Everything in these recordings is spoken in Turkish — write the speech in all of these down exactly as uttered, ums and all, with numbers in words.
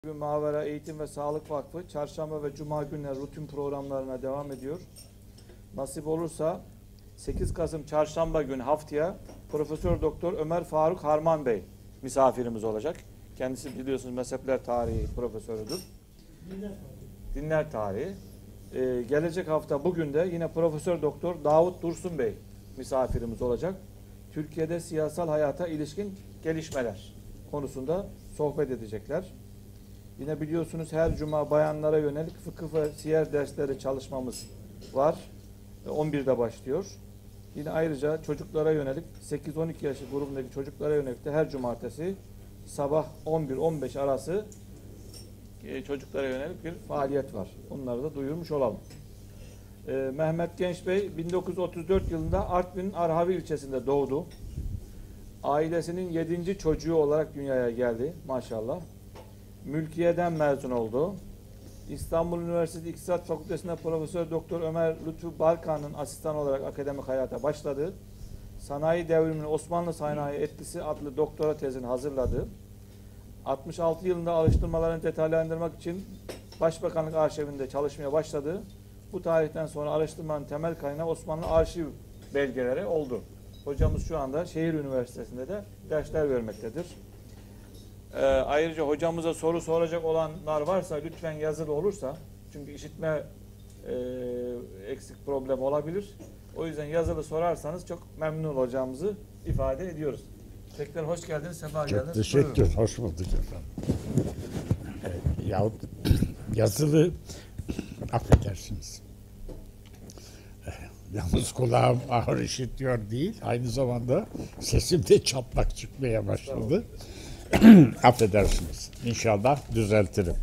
Mavera Eğitim ve Sağlık Vakfı çarşamba ve cuma günleri rutin programlarına devam ediyor. Nasip olursa sekiz Kasım çarşamba günü haftaya Profesör Doktor Ömer Faruk Harman Bey misafirimiz olacak. Kendisi biliyorsunuz mezhepler tarihi profesörüdür. Dinler, Dinler tarihi. Ee, gelecek hafta bugün de yine Profesör Doktor Davut Dursun Bey misafirimiz olacak. Türkiye'de siyasal hayata ilişkin gelişmeler konusunda sohbet edecekler. Yine biliyorsunuz her cuma bayanlara yönelik fıkıh ve siyer dersleri çalışmamız var. on birde başlıyor. Yine ayrıca çocuklara yönelik sekiz on iki yaş grubundaki çocuklara yönelik de her cumartesi sabah on bir on beş arası çocuklara yönelik bir faaliyet var. Onları da duyurmuş olalım. Ee, Mehmet Genç Bey bin dokuz yüz otuz dört yılında Artvin'in Arhavi ilçesinde doğdu. Ailesinin yedinci çocuğu olarak dünyaya geldi maşallah. Mülkiye'den mezun oldu. İstanbul Üniversitesi İktisat Fakültesi'nde Profesör Doktor Ömer Lütfü Balkan'ın asistan olarak akademik hayata başladı. Sanayi devriminin Osmanlı sanayi etkisi adlı doktora tezini hazırladı. altmış altı yılında araştırmalarını detaylandırmak için Başbakanlık Arşivinde çalışmaya başladı. Bu tarihten sonra araştırmanın temel kaynağı Osmanlı arşiv belgeleri oldu. Hocamız şu anda Şehir Üniversitesi'nde de dersler vermektedir. Ee, ayrıca hocamıza soru soracak olanlar varsa lütfen yazılı olursa, çünkü işitme e, eksik problem olabilir. O yüzden yazılı sorarsanız çok memnun olacağımızı ifade ediyoruz. Tekrar hoş geldiniz, sefa geldiniz. Çok teşekkür, Buyurun. Hoş bulduk efendim. E, yahut yazılı affedersiniz. E, yalnız kulağım ağır işitiyor değil, aynı zamanda sesim de çatlak çıkmaya başladı. Affedersiniz. İnşallah düzeltirim.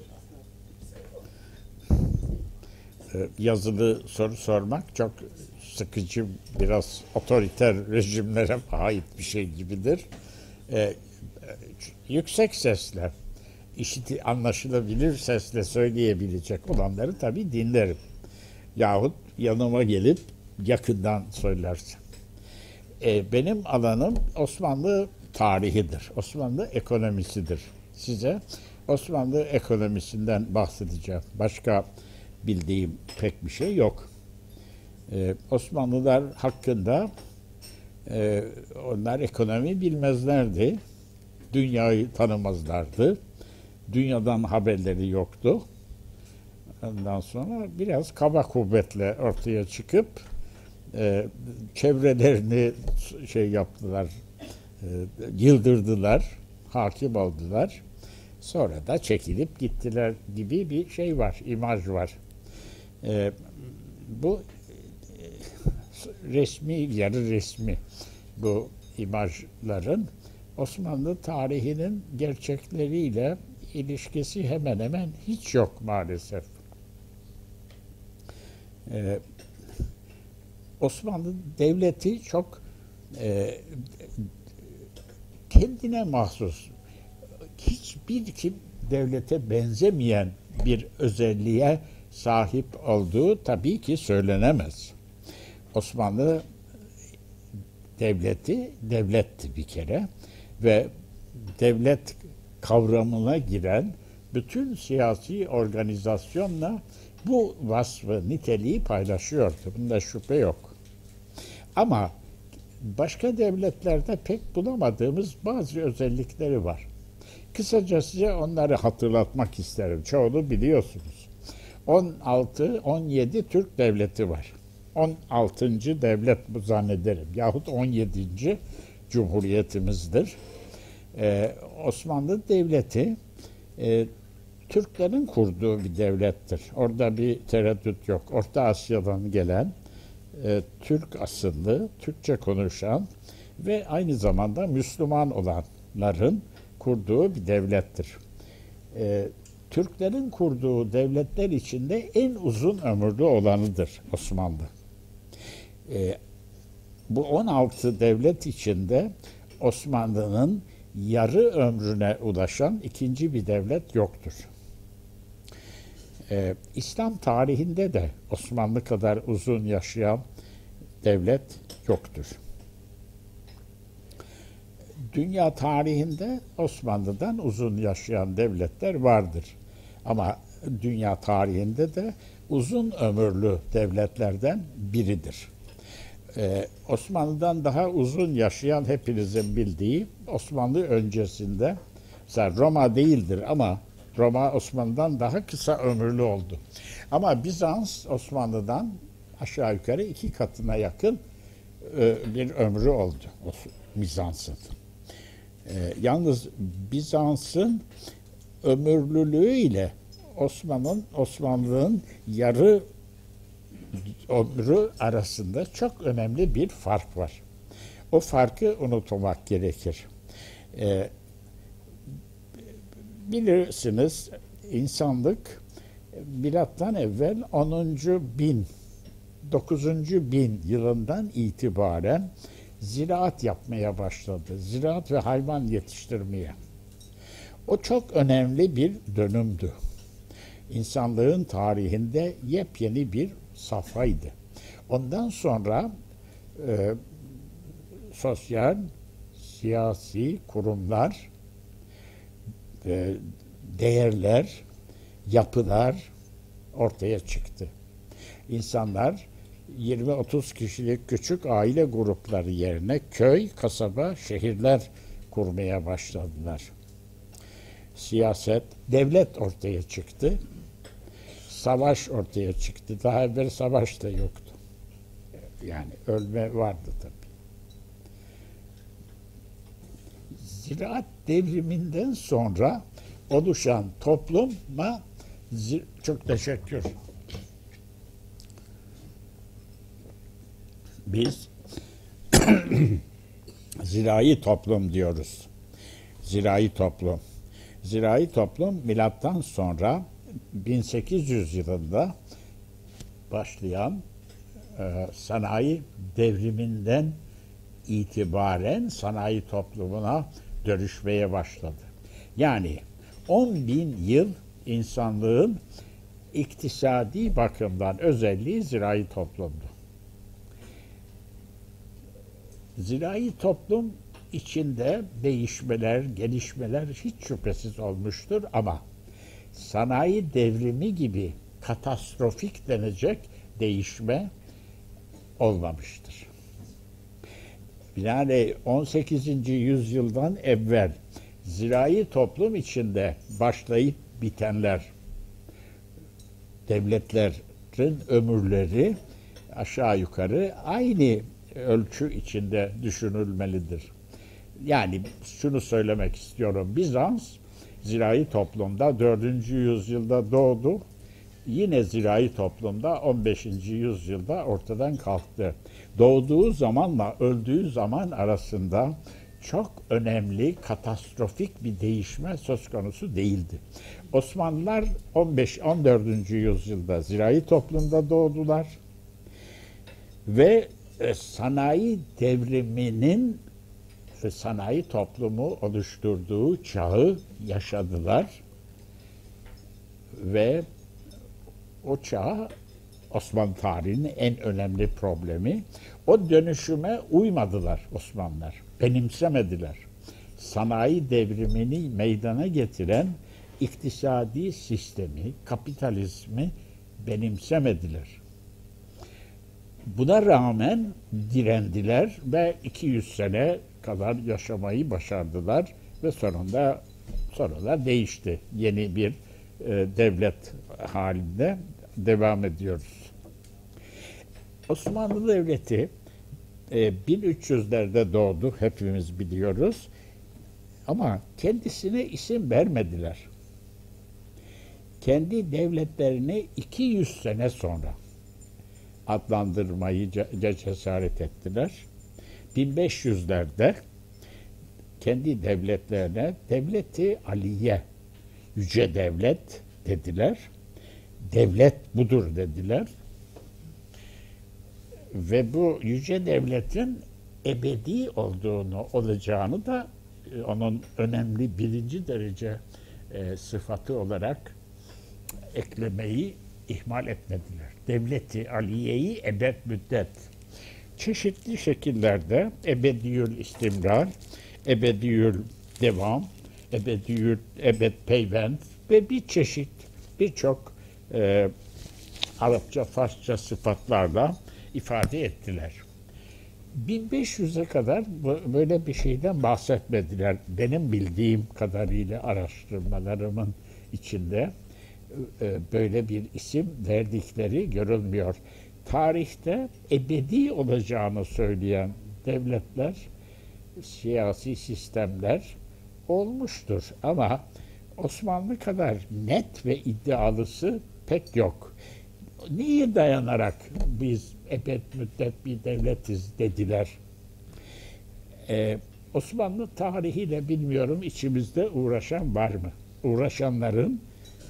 Ee, yazılı soru sormak çok sıkıcı, biraz otoriter rejimlere ait bir şey gibidir. Ee, yüksek sesle, işiti anlaşılabilir sesle söyleyebilecek olanları tabii dinlerim. Yahut yanıma gelip yakından söylersin. Ee, benim alanım Osmanlı tarihidir. Osmanlı ekonomisidir. Size Osmanlı ekonomisinden bahsedeceğim. Başka bildiğim pek bir şey yok. Ee, Osmanlılar hakkında e, onlar ekonomi bilmezlerdi. Dünyayı tanımazlardı. Dünyadan haberleri yoktu. Ondan sonra biraz kaba kuvvetle ortaya çıkıp e, çevrelerini şey yaptılar, yıldırdılar, hakim oldular. Sonra da çekilip gittiler gibi bir şey var, imaj var. Ee, bu resmi, yarı resmi bu imajların Osmanlı tarihinin gerçekleriyle ilişkisi hemen hemen hiç yok maalesef. Ee, Osmanlı Devleti çok e, kendine mahsus, hiçbir kim devlete benzemeyen bir özelliğe sahip olduğu tabii ki söylenemez. Osmanlı devleti, devletti bir kere ve devlet kavramına giren bütün siyasi organizasyonla bu vasfı, niteliği paylaşıyordu. Bunda şüphe yok. Ama başka devletlerde pek bulamadığımız bazı özellikleri var. Kısaca size onları hatırlatmak isterim. Çoğunu biliyorsunuz. on altı on yedi Türk devleti var. on altıncı devlet bu zannederim. Yahut on yedinci Cumhuriyetimizdir. Ee, Osmanlı Devleti e, Türklerin kurduğu bir devlettir. Orada bir tereddüt yok. Orta Asya'dan gelen E, Türk asıllı, Türkçe konuşan ve aynı zamanda Müslüman olanların kurduğu bir devlettir. E, Türklerin kurduğu devletler içinde en uzun ömürlü olanıdır Osmanlı. E, bu on altı devlet içinde Osmanlı'nın yarı ömrüne ulaşan ikinci bir devlet yoktur. Ee, İslam tarihinde de Osmanlı kadar uzun yaşayan devlet yoktur. Dünya tarihinde Osmanlı'dan uzun yaşayan devletler vardır. Ama dünya tarihinde de uzun ömürlü devletlerden biridir. Ee, Osmanlı'dan daha uzun yaşayan hepinizin bildiği Osmanlı öncesinde mesela Roma değildir ama Roma Osmanlı'dan daha kısa ömürlü oldu. Ama Bizans Osmanlı'dan aşağı yukarı iki katına yakın e, bir ömrü oldu Bizans'ın. E, yalnız Bizans'ın ömürlülüğü ile Osmanlı'nın Osmanlı'nın yarı ömrü arasında çok önemli bir fark var. O farkı unutmamak gerekir. E, bilirsiniz insanlık milattan evvel onuncu bin, dokuzuncu bin yılından itibaren ziraat yapmaya başladı. Ziraat ve hayvan yetiştirmeye. O çok önemli bir dönümdü. İnsanlığın tarihinde yepyeni bir safhaydı. Ondan sonra e, sosyal, siyasi kurumlar, e, değerler, yapılar ortaya çıktı. İnsanlar yirmi otuz kişilik küçük aile grupları yerine köy, kasaba, şehirler kurmaya başladılar. Siyaset, devlet ortaya çıktı. Savaş ortaya çıktı. Daha evvel savaş da yoktu. Yani ölme vardı tabii. Ziraat devriminden sonra oluşan topluma çok teşekkür. Biz zirai toplum diyoruz. Zirai toplum. Zirai toplum milattan sonra bin sekiz yüz yılında başlayan e, sanayi devriminden itibaren sanayi toplumuna dönüşmeye başladı. Yani on bin yıl insanlığın iktisadi bakımdan özelliği zirai toplumdu. Zirai toplum içinde değişmeler, gelişmeler hiç şüphesiz olmuştur ama sanayi devrimi gibi katastrofik denecek değişme olmamıştır. Yani on sekizinci yüzyıldan evvel zirai toplum içinde başlayıp bitenler, devletlerin ömürleri aşağı yukarı aynı ölçü içinde düşünülmelidir. Yani şunu söylemek istiyorum. Bizans zirai toplumda dördüncü yüzyılda doğdu. Yine zirai toplumda on beşinci yüzyılda ortadan kalktı. Doğduğu zamanla öldüğü zaman arasında çok önemli, katastrofik bir değişme söz konusu değildi. Osmanlılar on beş on dördüncü yüzyılda zirai toplumda doğdular ve sanayi devriminin sanayi toplumu oluşturduğu çağı yaşadılar ve o çağ Osmanlı tarihinin en önemli problemi. O dönüşüme uymadılar Osmanlılar, benimsemediler. Sanayi devrimini meydana getiren iktisadi sistemi, kapitalizmi benimsemediler. Buna rağmen direndiler ve iki yüz sene kadar yaşamayı başardılar ve sonunda sonralar değişti. Yeni bir e, devlet halinde devam ediyoruz. Osmanlı Devleti e, bin üç yüzlerde doğdu, hepimiz biliyoruz. Ama kendisine isim vermediler. Kendi devletlerini iki yüz sene sonra adlandırmayı cesaret ettiler. bin beş yüzlerde kendi devletlerine Devleti Aliye, yüce devlet dediler. Devlet budur dediler. Ve bu yüce devletin ebedi olduğunu, olacağını da onun önemli birinci derece e, sıfatı olarak eklemeyi ihmal etmediler. Devleti Aliye'yi ebed müddet. Çeşitli şekillerde ebediyül istimrar, ebediyül devam, ebediyül ebed peyvend ve bir çeşit birçok e, Arapça, Farsça sıfatlarla ifade ettiler. bin beş yüze kadar böyle bir şeyden bahsetmediler. Benim bildiğim kadarıyla araştırmalarımın içinde böyle bir isim verdikleri görülmüyor. Tarihte ebedi olacağını söyleyen devletler, siyasi sistemler olmuştur. Ama Osmanlı kadar net ve iddialısı pek yok. Neye dayanarak biz ebed müddet bir devletiz dediler? Ee, Osmanlı tarihiyle bilmiyorum içimizde uğraşan var mı? Uğraşanların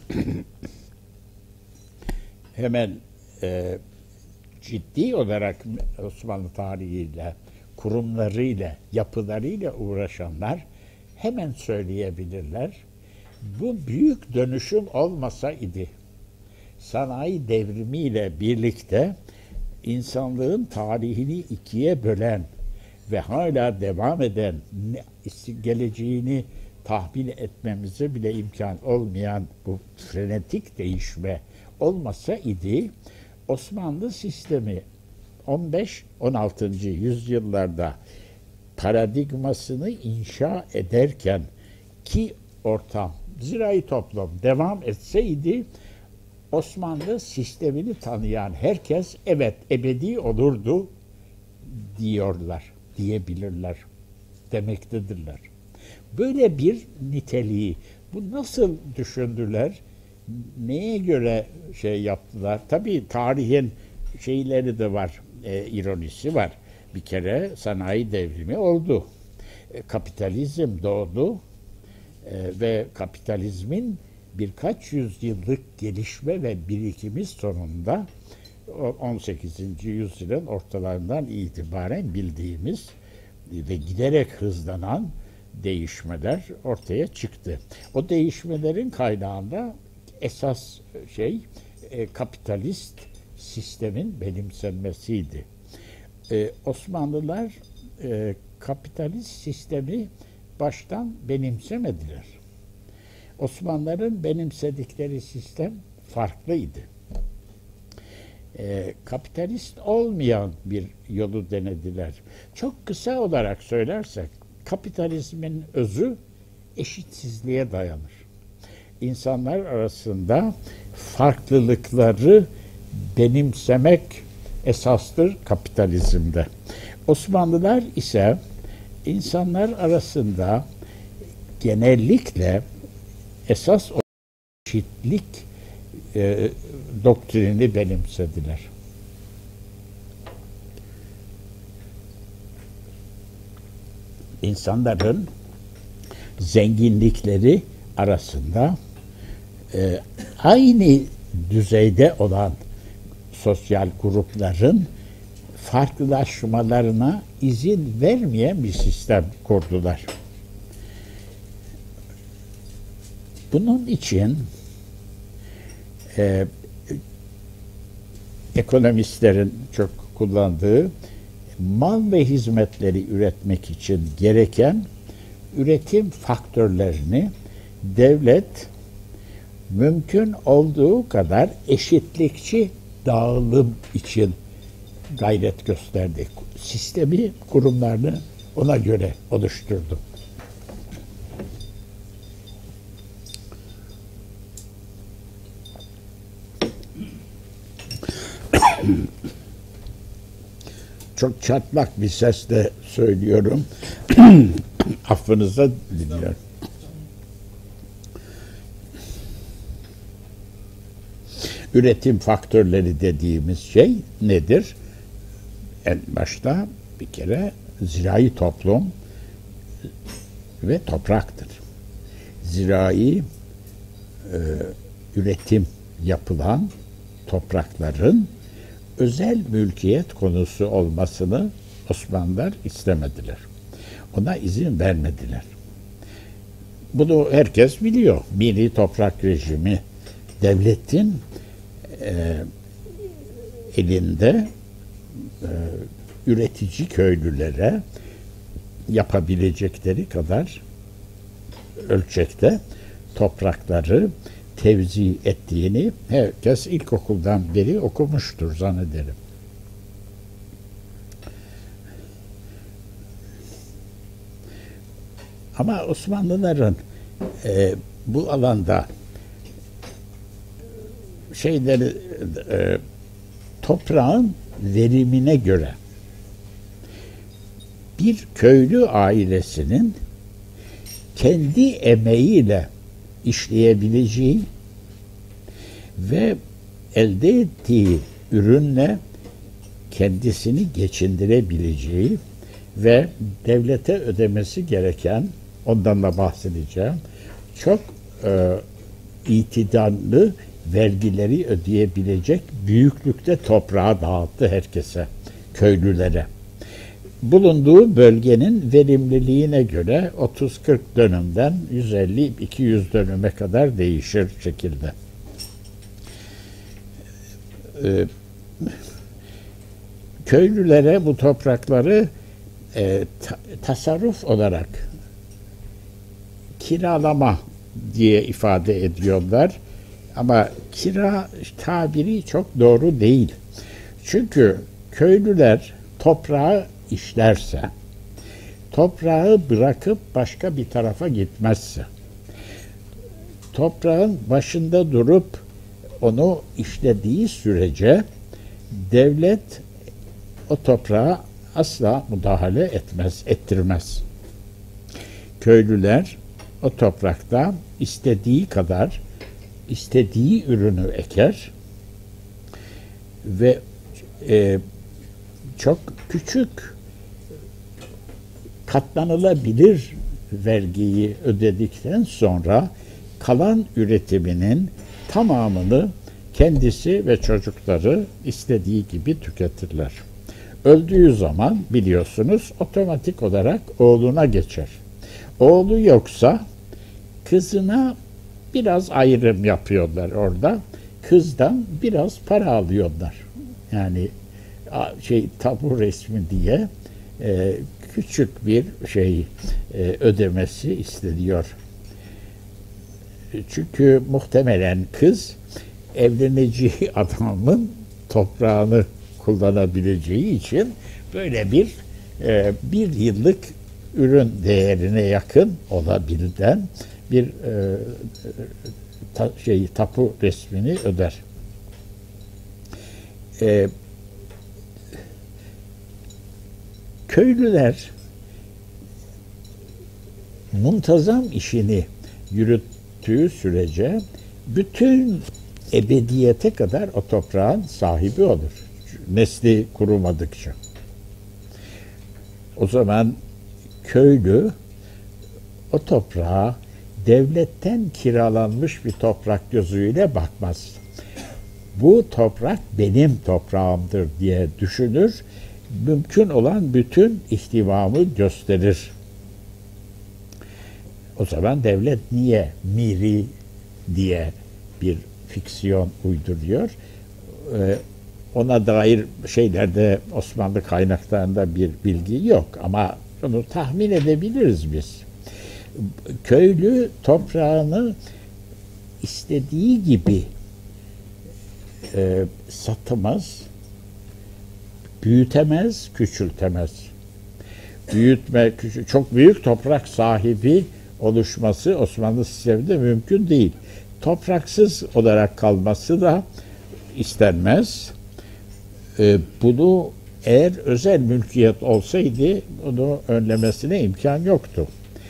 hemen e, ciddi olarak Osmanlı tarihiyle, kurumlarıyla, yapılarıyla uğraşanlar hemen söyleyebilirler. Bu büyük dönüşüm olmasaydı, sanayi devrimiyle birlikte insanlığın tarihini ikiye bölen ve hala devam eden, geleceğini tahmin etmemize bile imkan olmayan bu frenetik değişme olmasa idi, Osmanlı sistemi on beş on altıncı yüzyıllarda paradigmasını inşa ederken ki ortam, zirai toplum devam etseydi, Osmanlı sistemini tanıyan herkes evet ebedi olurdu diyorlar, diyebilirler, demektedirler. Böyle bir niteliği, bu nasıl düşündüler, neye göre şey yaptılar? Tabii tarihin şeyleri de var, e, ironisi var. Bir kere sanayi devrimi oldu, e, kapitalizm doğdu e, ve kapitalizmin birkaç yüzyıllık gelişme ve birikimi sonunda on sekizinci yüzyılın ortalarından itibaren bildiğimiz ve giderek hızlanan değişmeler ortaya çıktı. O değişmelerin kaynağında esas şey e, kapitalist sistemin benimsenmesiydi. E, Osmanlılar e, kapitalist sistemi baştan benimsemediler. Osmanlıların benimsedikleri sistem farklıydı. E, kapitalist olmayan bir yolu denediler. Çok kısa olarak söylersek, kapitalizmin özü eşitsizliğe dayanır. İnsanlar arasında farklılıkları benimsemek esastır kapitalizmde. Osmanlılar ise insanlar arasında genellikle esas eşitlik e, doktrini benimsediler. İnsanların zenginlikleri arasında e, aynı düzeyde olan sosyal grupların farklılaşmalarına izin vermeyen bir sistem kurdular. Bunun için e, ekonomistlerin çok kullandığı mal ve hizmetleri üretmek için gereken üretim faktörlerini devlet mümkün olduğu kadar eşitlikçi dağılım için gayret gösterdi. Sistemi, kurumlarını ona göre oluşturdu. Çok çatlak bir sesle söylüyorum. Affınıza diliyorum. Üretim faktörleri dediğimiz şey nedir? En başta bir kere zirai toplum ve topraktır. Zirai e, üretim yapılan toprakların özel mülkiyet konusu olmasını Osmanlılar istemediler. Ona izin vermediler. Bunu herkes biliyor. Milli toprak rejimi devletin e, elinde e, üretici köylülere yapabilecekleri kadar ölçekte toprakları tevzi ettiğini herkes ilkokuldan beri okumuştur zannederim. Ama Osmanlıların e, bu alanda şeyleri e, toprağın verimine göre bir köylü ailesinin kendi emeğiyle işleyebileceği ve elde ettiği ürünle kendisini geçindirebileceği ve devlete ödemesi gereken, ondan da bahsedeceğim, çok e, itidallı vergileri ödeyebilecek büyüklükte toprağı dağıttı herkese, köylülere. Bulunduğu bölgenin verimliliğine göre otuz kırk dönümden yüz elli iki yüz dönüme kadar değişir şekilde. Ee, köylülere bu toprakları e, ta, tasarruf olarak kiralama diye ifade ediyorlar. Ama kira tabiri çok doğru değil. Çünkü köylüler toprağı işlerse, toprağı bırakıp başka bir tarafa gitmezse, toprağın başında durup onu işlediği sürece devlet o toprağa asla müdahale etmez, ettirmez. Köylüler o toprakta istediği kadar istediği ürünü eker ve e, çok küçük katlanılabilir vergiyi ödedikten sonra kalan üretiminin tamamını kendisi ve çocukları istediği gibi tüketirler. Öldüğü zaman biliyorsunuz otomatik olarak oğluna geçer. Oğlu yoksa kızına biraz ayrım yapıyorlar orada. Kızdan biraz para alıyorlar. Yani şey tabu resmi diye e, küçük bir şey e, ödemesi isteniyor. Çünkü muhtemelen kız evleneceği adamın toprağını kullanabileceği için böyle bir e, bir yıllık ürün değerine yakın olabilen bir e, ta, şey tapu resmini öder. E, köylüler muntazam işini yürüttüğü sürece bütün ebediyete kadar o toprağın sahibi olur. Nesli kurumadıkça. O zaman köylü o toprağa devletten kiralanmış bir toprak gözüyle bakmaz. Bu toprak benim toprağımdır diye düşünür. Mümkün olan bütün ihtivamı gösterir. O zaman devlet niye miri diye bir fiksiyon uyduruyor? Ee, ona dair şeylerde Osmanlı kaynaklarında bir bilgi yok ama bunu tahmin edebiliriz biz. Köylü toprağını istediği gibi e, satamaz, büyütemez, küçültemez. Büyütme, küçül, çok büyük toprak sahibi oluşması Osmanlı sisteminde mümkün değil. Topraksız olarak kalması da istenmez. Ee, bunu eğer özel mülkiyet olsaydı bunu önlemesine imkan yoktu.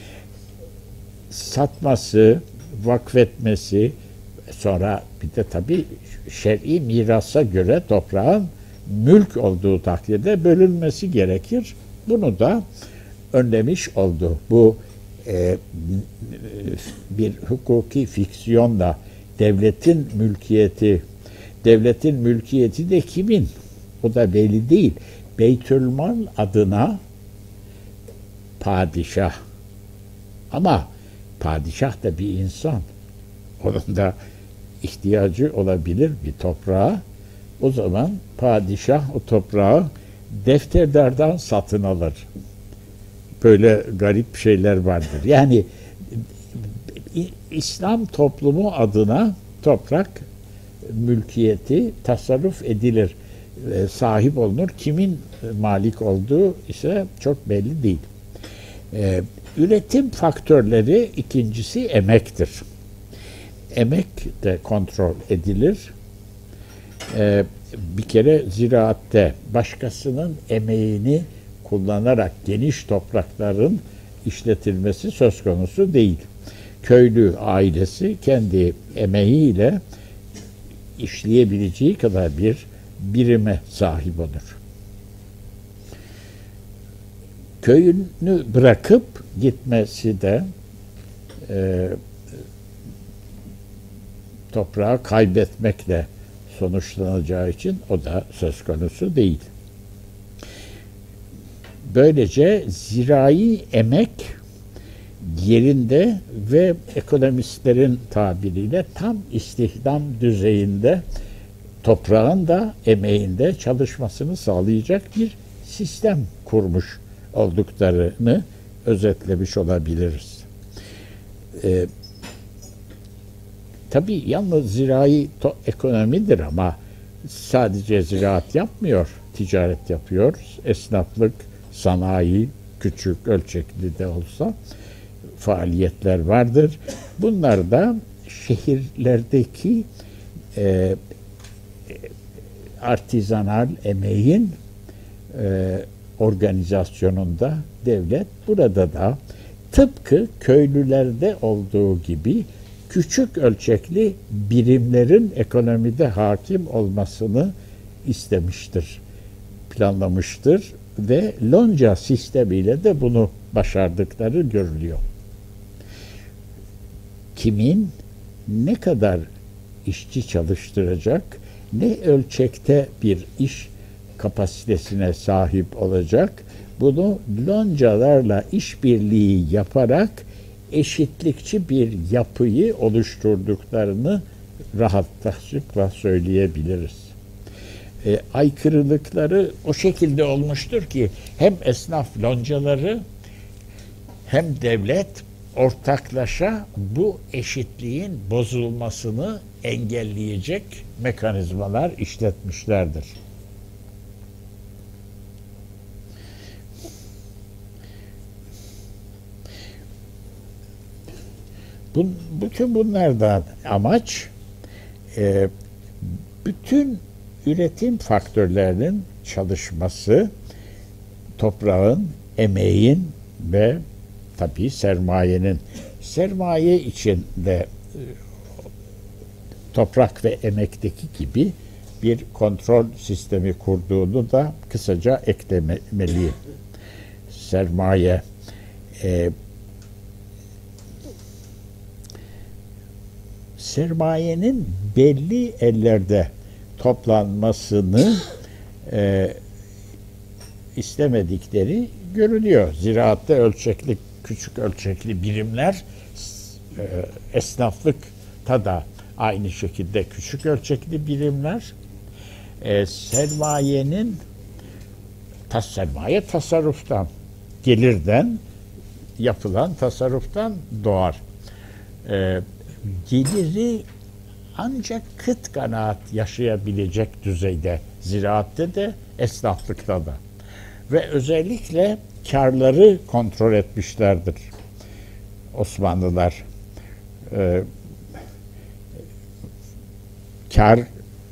Satması, vakfetmesi, sonra bir de tabii şer'i mirasa göre toprağın mülk olduğu takdirde bölünmesi gerekir. Bunu da önlemiş oldu. Bu e, bir hukuki fiksiyonla devletin mülkiyeti, devletin mülkiyeti de kimin? O da belli değil. Beytülmal adına padişah. Ama padişah da bir insan. Onun da ihtiyacı olabilir bir toprağa. O zaman padişah o toprağı defterdardan satın alır. böyle garip şeyler vardır. Yani İslam toplumu adına toprak mülkiyeti tasarruf edilir, e, sahip olunur. Kimin malik olduğu ise çok belli değil. E, üretim faktörleri ikincisi emektir. Emek de kontrol edilir. E, bir kere ziraatte başkasının emeğini kullanarak geniş toprakların işletilmesi söz konusu değil. Köylü ailesi kendi emeğiyle işleyebileceği kadar bir birime sahip olur. Köyünü bırakıp gitmesi de e, toprağı kaybetmekle sonuçlanacağı için o da söz konusu değil. Böylece zirai emek yerinde ve ekonomistlerin tabiriyle tam istihdam düzeyinde toprağın da emeğin de çalışmasını sağlayacak bir sistem kurmuş olduklarını özetlemiş olabiliriz. Ee, tabii yalnız zirai ekonomidir ama sadece ziraat yapmıyor, ticaret yapıyor, esnaflık, sanayi, küçük ölçekli de olsa faaliyetler vardır. Bunlar da şehirlerdeki e, artizanal emeğin e, organizasyonunda devlet burada da tıpkı köylülerde olduğu gibi küçük ölçekli birimlerin ekonomide hakim olmasını istemiştir, planlamıştır ve lonca sistemiyle de bunu başardıkları görülüyor. Kimin ne kadar işçi çalıştıracak, ne ölçekte bir iş kapasitesine sahip olacak, bunu loncalarla işbirliği yaparak eşitlikçi bir yapıyı oluşturduklarını rahatlıkla söyleyebiliriz. E, aykırılıkları o şekilde olmuştur ki hem esnaf loncaları hem devlet ortaklaşa bu eşitliğin bozulmasını engelleyecek mekanizmalar işletmişlerdir. Bun, bütün bunlardan amaç e, bütün üretim faktörlerinin çalışması, toprağın, emeğin ve tabii sermayenin. Sermaye için de e, toprak ve emekteki gibi bir kontrol sistemi kurduğunu da kısaca eklemeliyim. Sermaye e, sermayenin belli ellerde toplanmasını e, istemedikleri görülüyor. Ziraatte ölçekli, küçük ölçekli birimler, e, esnaflıkta da aynı şekilde küçük ölçekli birimler, e, sermayenin tas sermaye tasarruftan, gelirden yapılan tasarruftan doğar. E, geliri ancak kıt kanaat yaşayabilecek düzeyde ziraatte de esnaflıkta da ve özellikle karları kontrol etmişlerdir Osmanlılar. Ee, karlar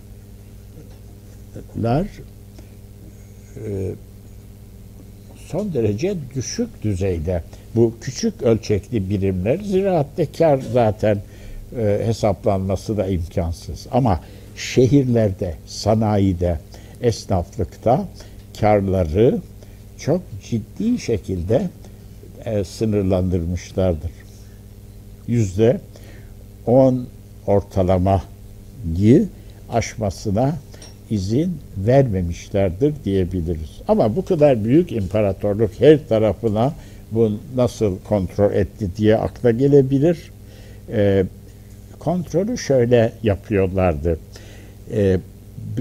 e, son derece düşük düzeyde. Bu küçük ölçekli birimler, ziraatte kar zaten e, hesaplanması da imkansız. Ama şehirlerde, sanayide, esnaflıkta karları çok ciddi şekilde e, sınırlandırmışlardır. Yüzde on ortalamayı aşmasına izin vermemişlerdir diyebiliriz. Ama bu kadar büyük imparatorluk her tarafına bu nasıl kontrol etti diye akla gelebilir. E, kontrolü şöyle yapıyorlardı. E,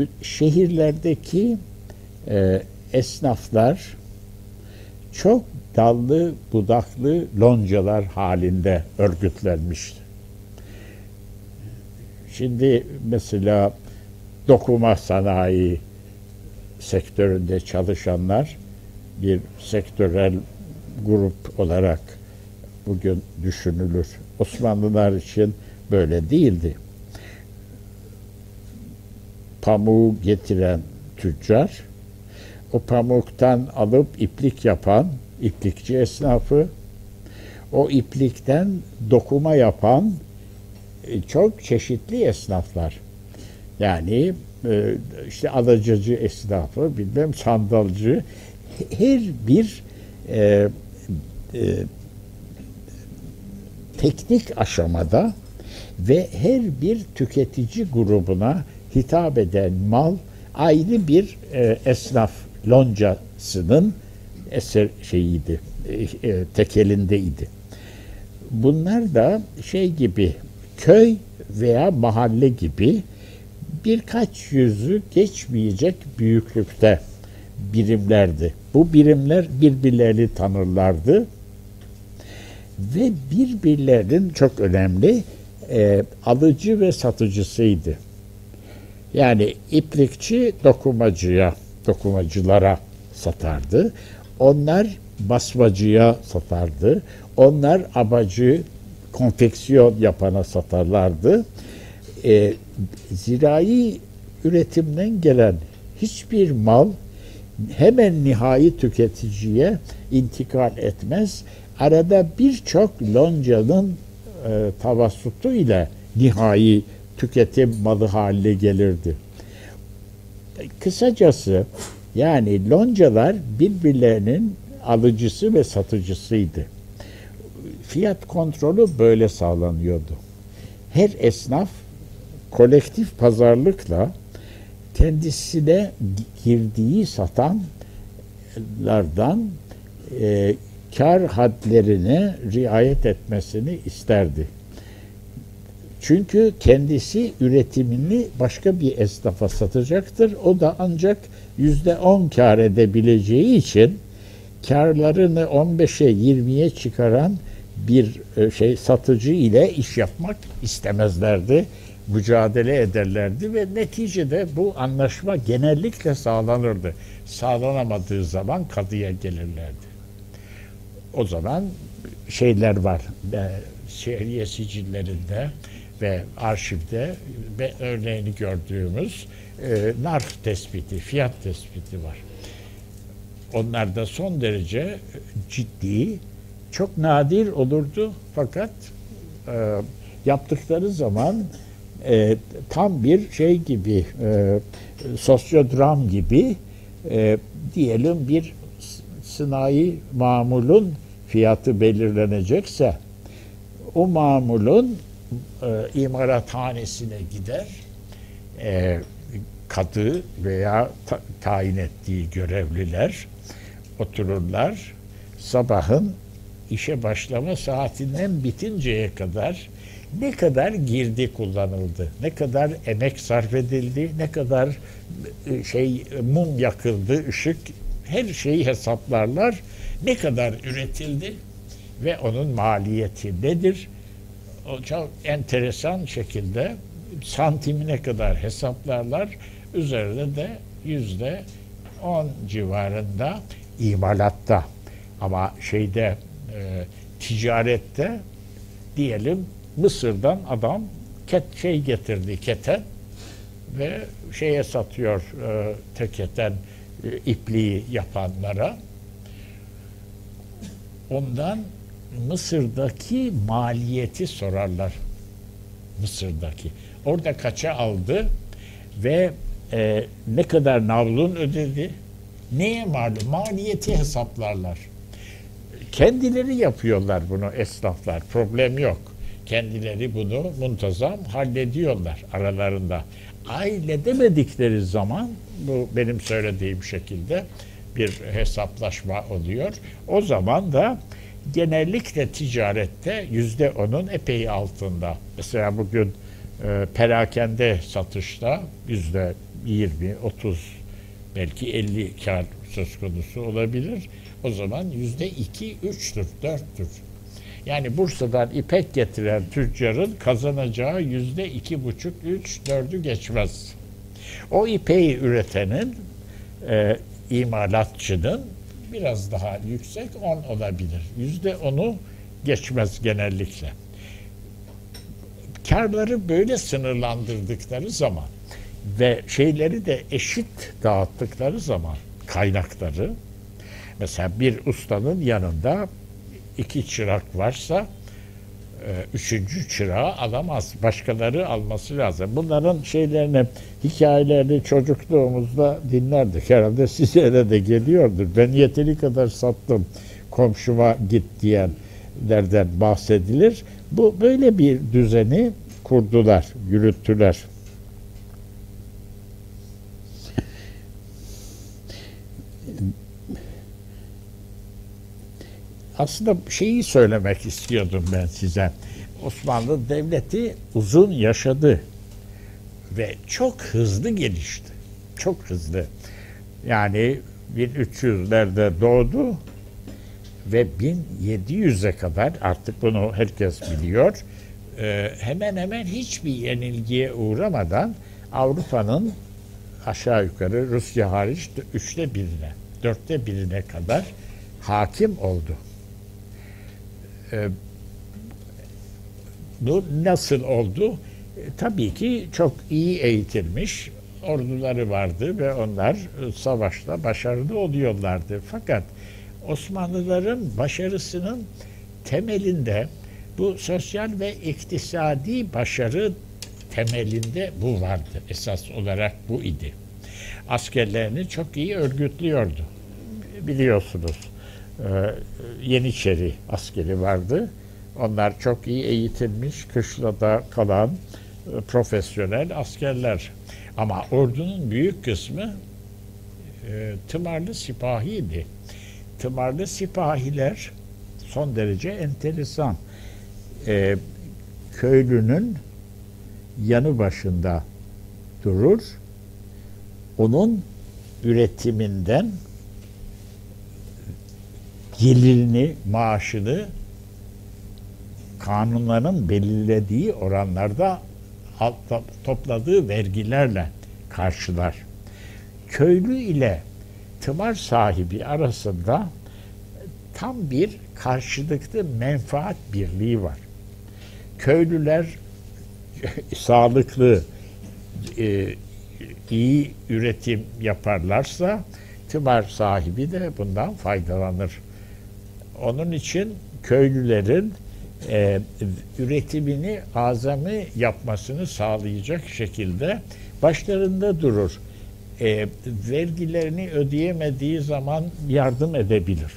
şehirlerdeki e, esnaflar çok dallı budaklı loncalar halinde örgütlenmişti. Şimdi mesela dokuma sanayi sektöründe çalışanlar bir sektörel grup olarak bugün düşünülür. Osmanlılar için böyle değildi. Pamuğu getiren tüccar, o pamuktan alıp iplik yapan iplikçi esnafı, o iplikten dokuma yapan çok çeşitli esnaflar. Yani işte alıcıcı esnafı, bilmem sandalcı, her bir e, e, teknik aşamada ve her bir tüketici grubuna hitap eden mal ayrı bir e, esnaf loncasının eser şeyiydi, e, e, tekelindeydi. Bunlar da şey gibi, köy veya mahalle gibi birkaç yüzü geçmeyecek büyüklükte birimlerdi. Bu birimler birbirlerini tanırlardı ve birbirlerinin çok önemli e, alıcı ve satıcısıydı. Yani iplikçi dokumacıya, dokumacılara satardı. Onlar basmacıya satardı. Onlar abacı, konfeksiyon yapana satarlardı. E, zirai üretimden gelen hiçbir mal hemen nihai tüketiciye intikal etmez. Arada birçok loncanın e, tavassutu ile nihai tüketim malı haline gelirdi. Kısacası yani loncalar birbirlerinin alıcısı ve satıcısıydı. Fiyat kontrolü böyle sağlanıyordu. Her esnaf kolektif pazarlıkla kendisine girdiği satanlardan e, kar hadlerine riayet etmesini isterdi. Çünkü kendisi üretimini başka bir esnafa satacaktır. O da ancak yüzde on kar edebileceği için karlarını on beşe yirmiye çıkaran bir şey satıcı ile iş yapmak istemezlerdi. Mücadele ederlerdi ve neticede bu anlaşma genellikle sağlanırdı. Sağlanamadığı zaman kadıya gelirlerdi. O zaman şeyler var, şehriye sicillerinde ve arşivde ve örneğini gördüğümüz e, nark tespiti, fiyat tespiti var. Onlar da son derece ciddi, çok nadir olurdu fakat e, yaptıkları zaman e, tam bir şey gibi, e, sosyodram gibi e, diyelim bir sınai mamulun fiyatı belirlenecekse o mamulun e, imalathanesine gider, e, kadı veya ta, tayin ettiği görevliler otururlar. Sabahın işe başlama saatinden bitinceye kadar ne kadar girdi kullanıldı, ne kadar emek sarf edildi, ne kadar e, şey mum yakıldı, ışık, her şeyi hesaplarlar. Ne kadar üretildi ve onun maliyeti nedir? O çok enteresan şekilde santimine kadar hesaplarlar. Üzerinde de yüzde on civarında imalatta. Ama şeyde e, ticarette diyelim Mısır'dan adam ket şey getirdi, keten ve şeye satıyor e, teketen e, ipliği yapanlara. Ondan Mısır'daki maliyeti sorarlar. Mısır'daki. Orada kaça aldı ve e, ne kadar navlun ödedi? Neye malum? Maliyeti hesaplarlar. Kendileri yapıyorlar bunu esnaflar. Problem yok. Kendileri bunu muntazam hallediyorlar aralarında. Halledemedikleri zaman bu benim söylediğim şekilde bir hesaplaşma oluyor. O zaman da genellikle ticarette yüzde onun epey altında. Mesela bugün e, perakende satışta yüzde yirmi, otuz belki elli kar söz konusu olabilir. O zaman yüzde iki, üçtür, dörttür. Yani Bursa'dan ipek getiren tüccarın kazanacağı yüzde iki buçuk, üç, dördü geçmez. O ipeği üretenin, e, imalatçının biraz daha yüksek on olabilir. Yüzde onu geçmez genellikle. Karları böyle sınırlandırdıkları zaman ve şeyleri de eşit dağıttıkları zaman kaynakları, mesela bir ustanın yanında iki çırak varsa üçüncü çırağı alamaz. Başkaları alması lazım. Bunların şeylerini, hikayelerini çocukluğumuzda dinlerdik. Herhalde size de geliyordur. Ben yeteri kadar sattım, komşuma git diyenlerden bahsedilir. Bu böyle bir düzeni kurdular, yürüttüler. Aslında şeyi söylemek istiyordum ben size. Osmanlı Devleti uzun yaşadı ve çok hızlı gelişti. Çok hızlı. Yani bin üç yüzlerde doğdu ve bin yedi yüze kadar, artık bunu herkes biliyor, hemen hemen hiçbir yenilgiye uğramadan Avrupa'nın aşağı yukarı Rusya hariç üçte birine, dörtte birine kadar hakim oldu. Bu nasıl oldu? E, tabii ki çok iyi eğitilmiş orduları vardı ve onlar savaşta başarılı oluyorlardı. Fakat Osmanlıların başarısının temelinde, bu sosyal ve iktisadi başarı temelinde bu vardı. Esas olarak bu idi. Askerlerini çok iyi örgütlüyordu. Biliyorsunuz. Yeniçeri askeri vardı. Onlar çok iyi eğitilmiş, kışlada kalan profesyonel askerler. Ama ordunun büyük kısmı e, tımarlı sipahiydi. Tımarlı sipahiler son derece enteresan. E, köylünün yanı başında durur, onun üretiminden gelirini, maaşını kanunların belirlediği oranlarda topladığı vergilerle karşılar. Köylü ile tımar sahibi arasında tam bir karşılıklı menfaat birliği var. Köylüler sağlıklı, e, iyi üretim yaparlarsa tımar sahibi de bundan faydalanır. Onun için köylülerin e, üretimini azami yapmasını sağlayacak şekilde başlarında durur. E, vergilerini ödeyemediği zaman yardım edebilir.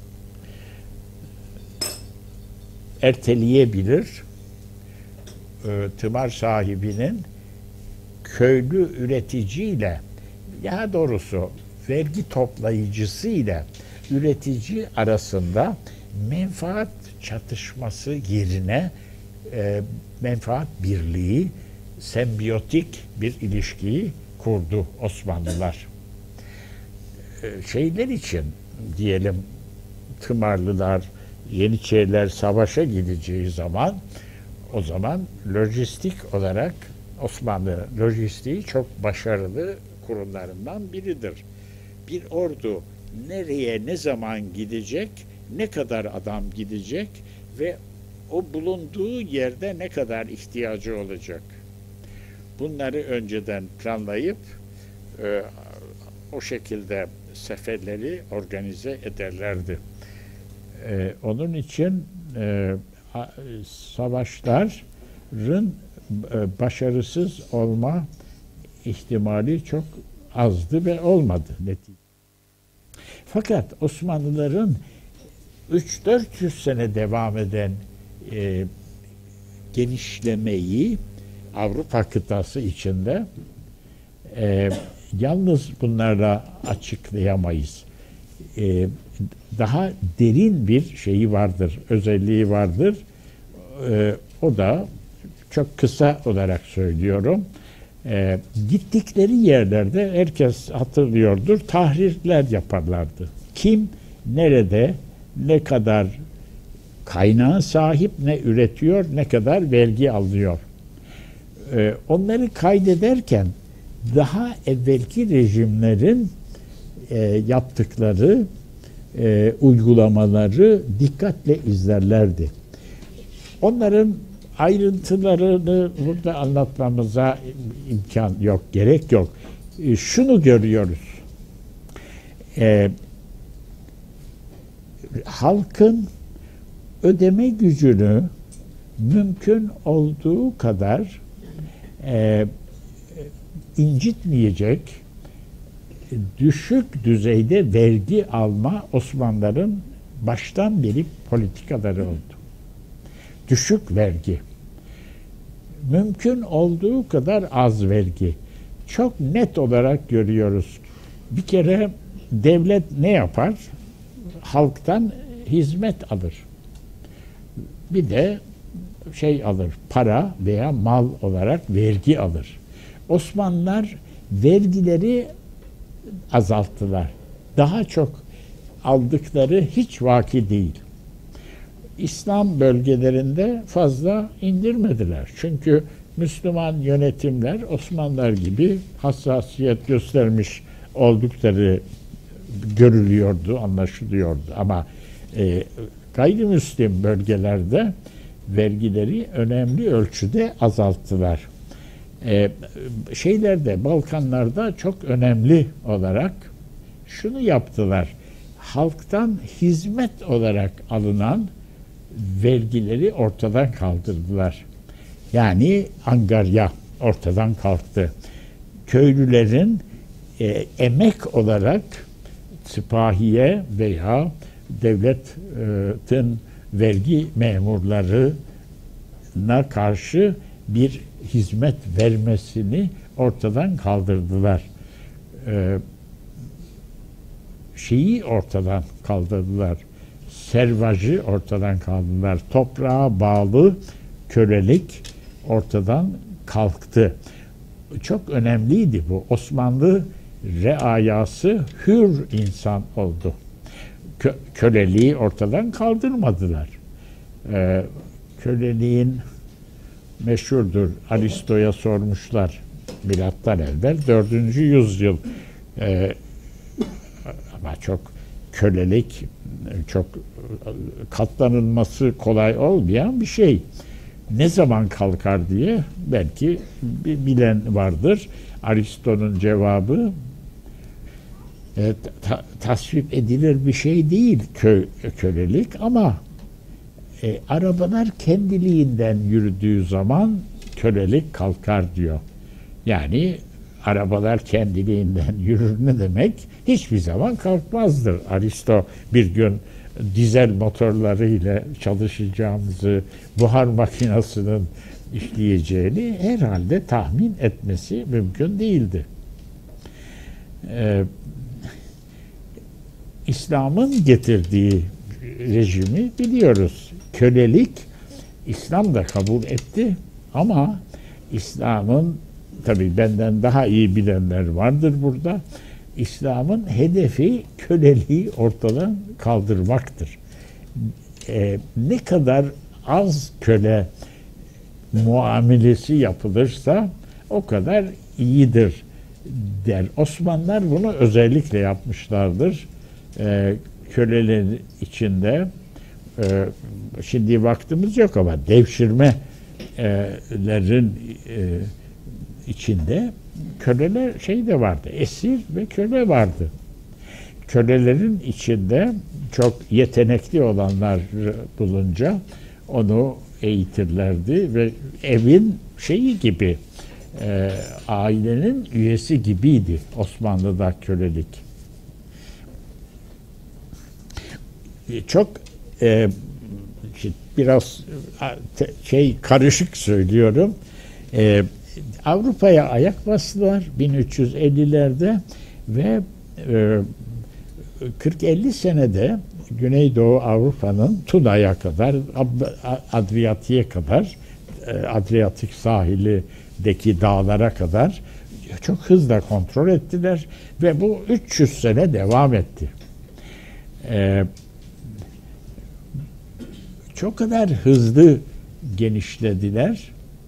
Erteleyebilir. E, tımar sahibinin köylü üreticiyle, daha doğrusu vergi toplayıcısı ile üretici arasında menfaat çatışması yerine e, menfaat birliği, sembiyotik bir ilişkiyi kurdu Osmanlılar. E, şeyler için diyelim, tımarlılar, Yeniçeriler savaşa gideceği zaman, o zaman lojistik olarak Osmanlı lojistiği çok başarılı kurumlarından biridir. Bir ordu nereye, ne zaman gidecek, ne kadar adam gidecek ve o bulunduğu yerde ne kadar ihtiyacı olacak. Bunları önceden planlayıp e, o şekilde seferleri organize ederlerdi. E, onun için e, savaşların e, başarısız olma ihtimali çok azdı ve olmadı neticede. Fakat Osmanlıların üç dört yüz sene devam eden e, genişlemeyi Avrupa kıtası içinde e, yalnız bunlarla açıklayamayız. E, daha derin bir şeyi vardır, özelliği vardır. E, o da çok kısa olarak söylüyorum. E, gittikleri yerlerde herkes hatırlıyordur, tahrirler yaparlardı. Kim nerede ne kadar kaynağa sahip, ne üretiyor, ne kadar vergi alıyor. Ee, onları kaydederken daha evvelki rejimlerin e, yaptıkları e, uygulamaları dikkatle izlerlerdi. Onların ayrıntılarını burada anlatmamıza imkan yok, gerek yok. E, şunu görüyoruz. E, halkın ödeme gücünü mümkün olduğu kadar e, incitmeyecek düşük düzeyde vergi alma Osmanlıların baştan beri politikaları oldu. Düşük vergi. Mümkün olduğu kadar az vergi. Çok net olarak görüyoruz. Bir kere devlet ne yapar? Halktan hizmet alır. Bir de şey alır, para veya mal olarak vergi alır. Osmanlılar vergileri azalttılar. Daha çok aldıkları hiç vaki değil. İslam bölgelerinde fazla indirmediler. Çünkü Müslüman yönetimler Osmanlılar gibi hassasiyet göstermiş oldukları görülüyordu, anlaşılıyordu. Ama e, gayrimüslim bölgelerde vergileri önemli ölçüde azalttılar. Ee, şeylerde, Balkanlarda çok önemli olarak şunu yaptılar. Halktan hizmet olarak alınan vergileri ortadan kaldırdılar. Yani angarya ortadan kalktı. Köylülerin e, emek olarak sipahiye veya devletin vergi memurlarına karşı bir hizmet vermesini ortadan kaldırdılar. Ee, şeyi ortadan kaldırdılar. Servacı ortadan kaldırdılar. Toprağa bağlı kölelik ortadan kalktı. Çok önemliydi bu. Osmanlı reayası hür insan oldu. Kö köleliği ortadan kaldırmadılar. Ee, köleliğin meşhurdur. Aristo'ya sormuşlar. Milattan evvel dördüncü yüzyıl. Ee, ama çok kölelik, çok katlanılması kolay olmayan bir şey. Ne zaman kalkar diye belki bilen vardır. Aristo'nun cevabı e, ta, tasvip edilir bir şey değil kö, kölelik ama e, arabalar kendiliğinden yürüdüğü zaman kölelik kalkar diyor. Yani arabalar kendiliğinden yürür ne demek? Hiçbir zaman kalkmazdır. Aristo bir gün dizel motorlarıyla çalışacağımızı, buhar makinasının işleyeceğini herhalde tahmin etmesi mümkün değildi. Ee, İslam'ın getirdiği rejimi biliyoruz. Kölelik İslam da kabul etti ama İslam'ın, tabii benden daha iyi bilenler vardır burada, İslam'ın hedefi köleliği ortadan kaldırmaktır. Ee, ne kadar az köle muamelesi yapılırsa o kadar iyidir der. Osmanlılar bunu özellikle yapmışlardır. Ee, kölelerin içinde e, şimdi vaktimiz yok ama devşirmelerin e, içinde köleler şey de vardı. Esir ve köle vardı. Kölelerin içinde çok yetenekli olanlar bulunca onu eğitirlerdi ve evin şeyi gibi, e, ailenin üyesi gibiydi Osmanlı'da kölelik. Çok e, biraz şey karışık söylüyorum. E, Avrupa'ya ayak bastılar bin üç yüz ellilerde ve e, kırk elli senede Güneydoğu Avrupa'nın Tuna'ya kadar, Adriyatik'e kadar, Adriyatik sahilindeki dağlara kadar çok hızla kontrol ettiler ve bu üç yüz sene devam etti. e, çok kadar hızlı genişlediler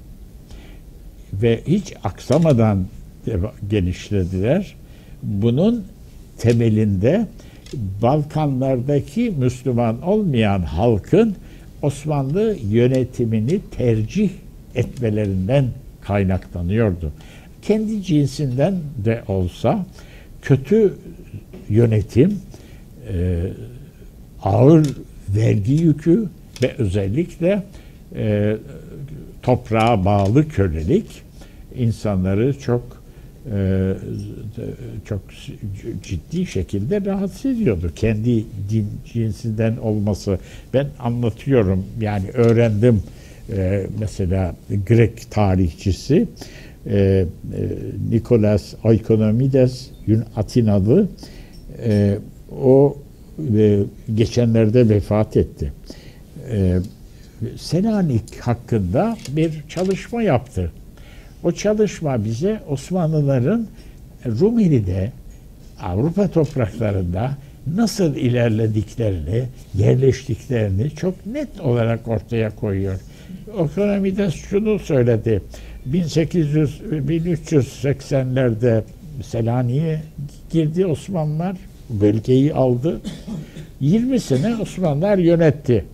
ve hiç aksamadan genişlediler. Bunun temelinde Balkanlardaki Müslüman olmayan halkın Osmanlı yönetimini tercih etmelerinden kaynaklanıyordu. Kendi cinsinden de olsa kötü yönetim, e, ağır vergi yükü ve özellikle e, toprağa bağlı kölelik insanları çok e, çok ciddi şekilde rahatsız ediyordu. Kendi din, cinsinden olması. Ben anlatıyorum, yani öğrendim. E, mesela Grek tarihçisi e, e, Nikolas Oikonomides Atinalı, e, o e, geçenlerde vefat etti. E, Selanik hakkında bir çalışma yaptı. O çalışma bize Osmanlıların Rumeli'de, Avrupa topraklarında nasıl ilerlediklerini, yerleştiklerini çok net olarak ortaya koyuyor. Oikonomides şunu söyledi: bin sekiz yüz bin üç yüz seksenlerde Selanik'e girdi Osmanlılar, bölgeyi aldı. yirmi sene Osmanlılar yönetti.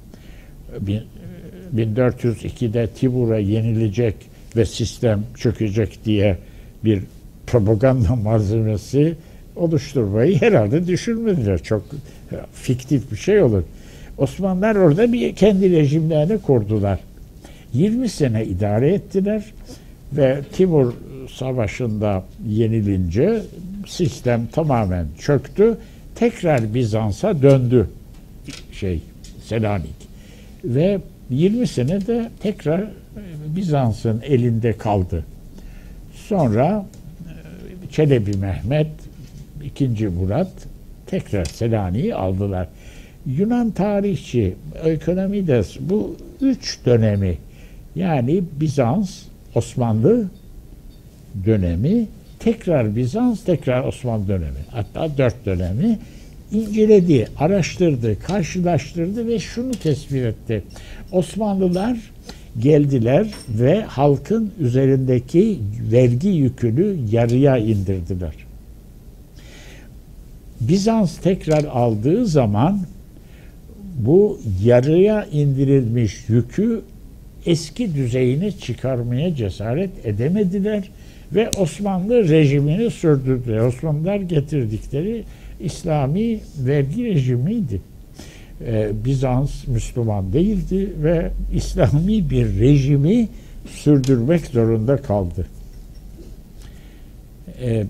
bin dört yüz ikide Timur'a yenilecek ve sistem çökecek diye bir propaganda malzemesi oluşturmayı herhalde düşünmediler. Çok fiktif bir şey olur. Osmanlılar orada bir kendi rejimlerini kurdular. yirmi sene idare ettiler ve Timur Savaşı'nda yenilince sistem tamamen çöktü. Tekrar Bizans'a döndü şey Selanik. Ve yirmi sene de tekrar Bizans'ın elinde kaldı. Sonra Çelebi Mehmet, ikinci Murat tekrar Selanik'i aldılar. Yunan tarihçi Oikonomides bu üç dönemi, yani Bizans, Osmanlı dönemi, tekrar Bizans, tekrar Osmanlı dönemi, hatta dört dönemi inceledi, araştırdı, karşılaştırdı ve şunu tespit etti: Osmanlılar geldiler ve halkın üzerindeki vergi yükünü yarıya indirdiler. Bizans tekrar aldığı zaman bu yarıya indirilmiş yükü eski düzeyine çıkarmaya cesaret edemediler ve Osmanlı rejimini sürdürdüler. Osmanlılar getirdikleri İslami vergi rejimiydi. Ee, Bizans Müslüman değildi ve İslami bir rejimi sürdürmek zorunda kaldı. Ee,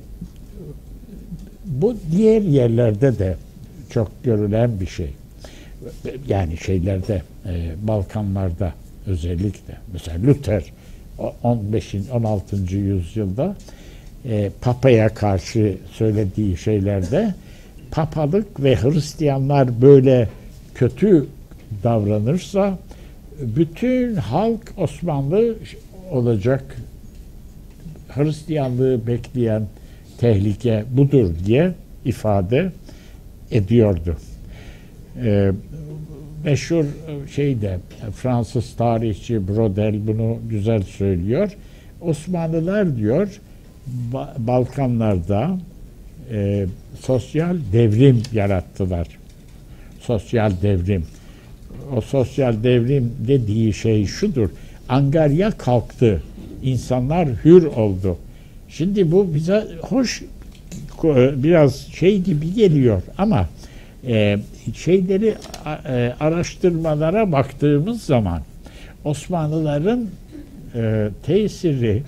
bu diğer yerlerde de çok görülen bir şey. Yani şeylerde, e, Balkanlarda özellikle. Mesela Luther on beşinci on altıncı yüzyılda e, Papa'ya karşı söylediği şeylerde, Papalık ve Hristiyanlar böyle kötü davranırsa bütün halk Osmanlı olacak, Hristiyanlığı bekleyen tehlike budur diye ifade ediyordu. Ee, meşhur şeyde Fransız tarihçi Brodel bunu güzel söylüyor. Osmanlılar diyor ba- Balkanlarda e, sosyal devrim yarattılar. Sosyal devrim. O sosyal devrim dediği şey şudur: angarya kalktı. İnsanlar hür oldu. Şimdi bu bize hoş, biraz şey gibi geliyor ama e, şeyleri e, araştırmalara baktığımız zaman Osmanlıların e, tesirinin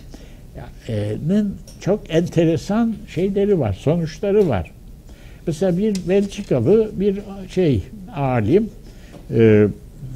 çok enteresan şeyleri var, sonuçları var. Mesela bir Belçikalı bir şey alim e,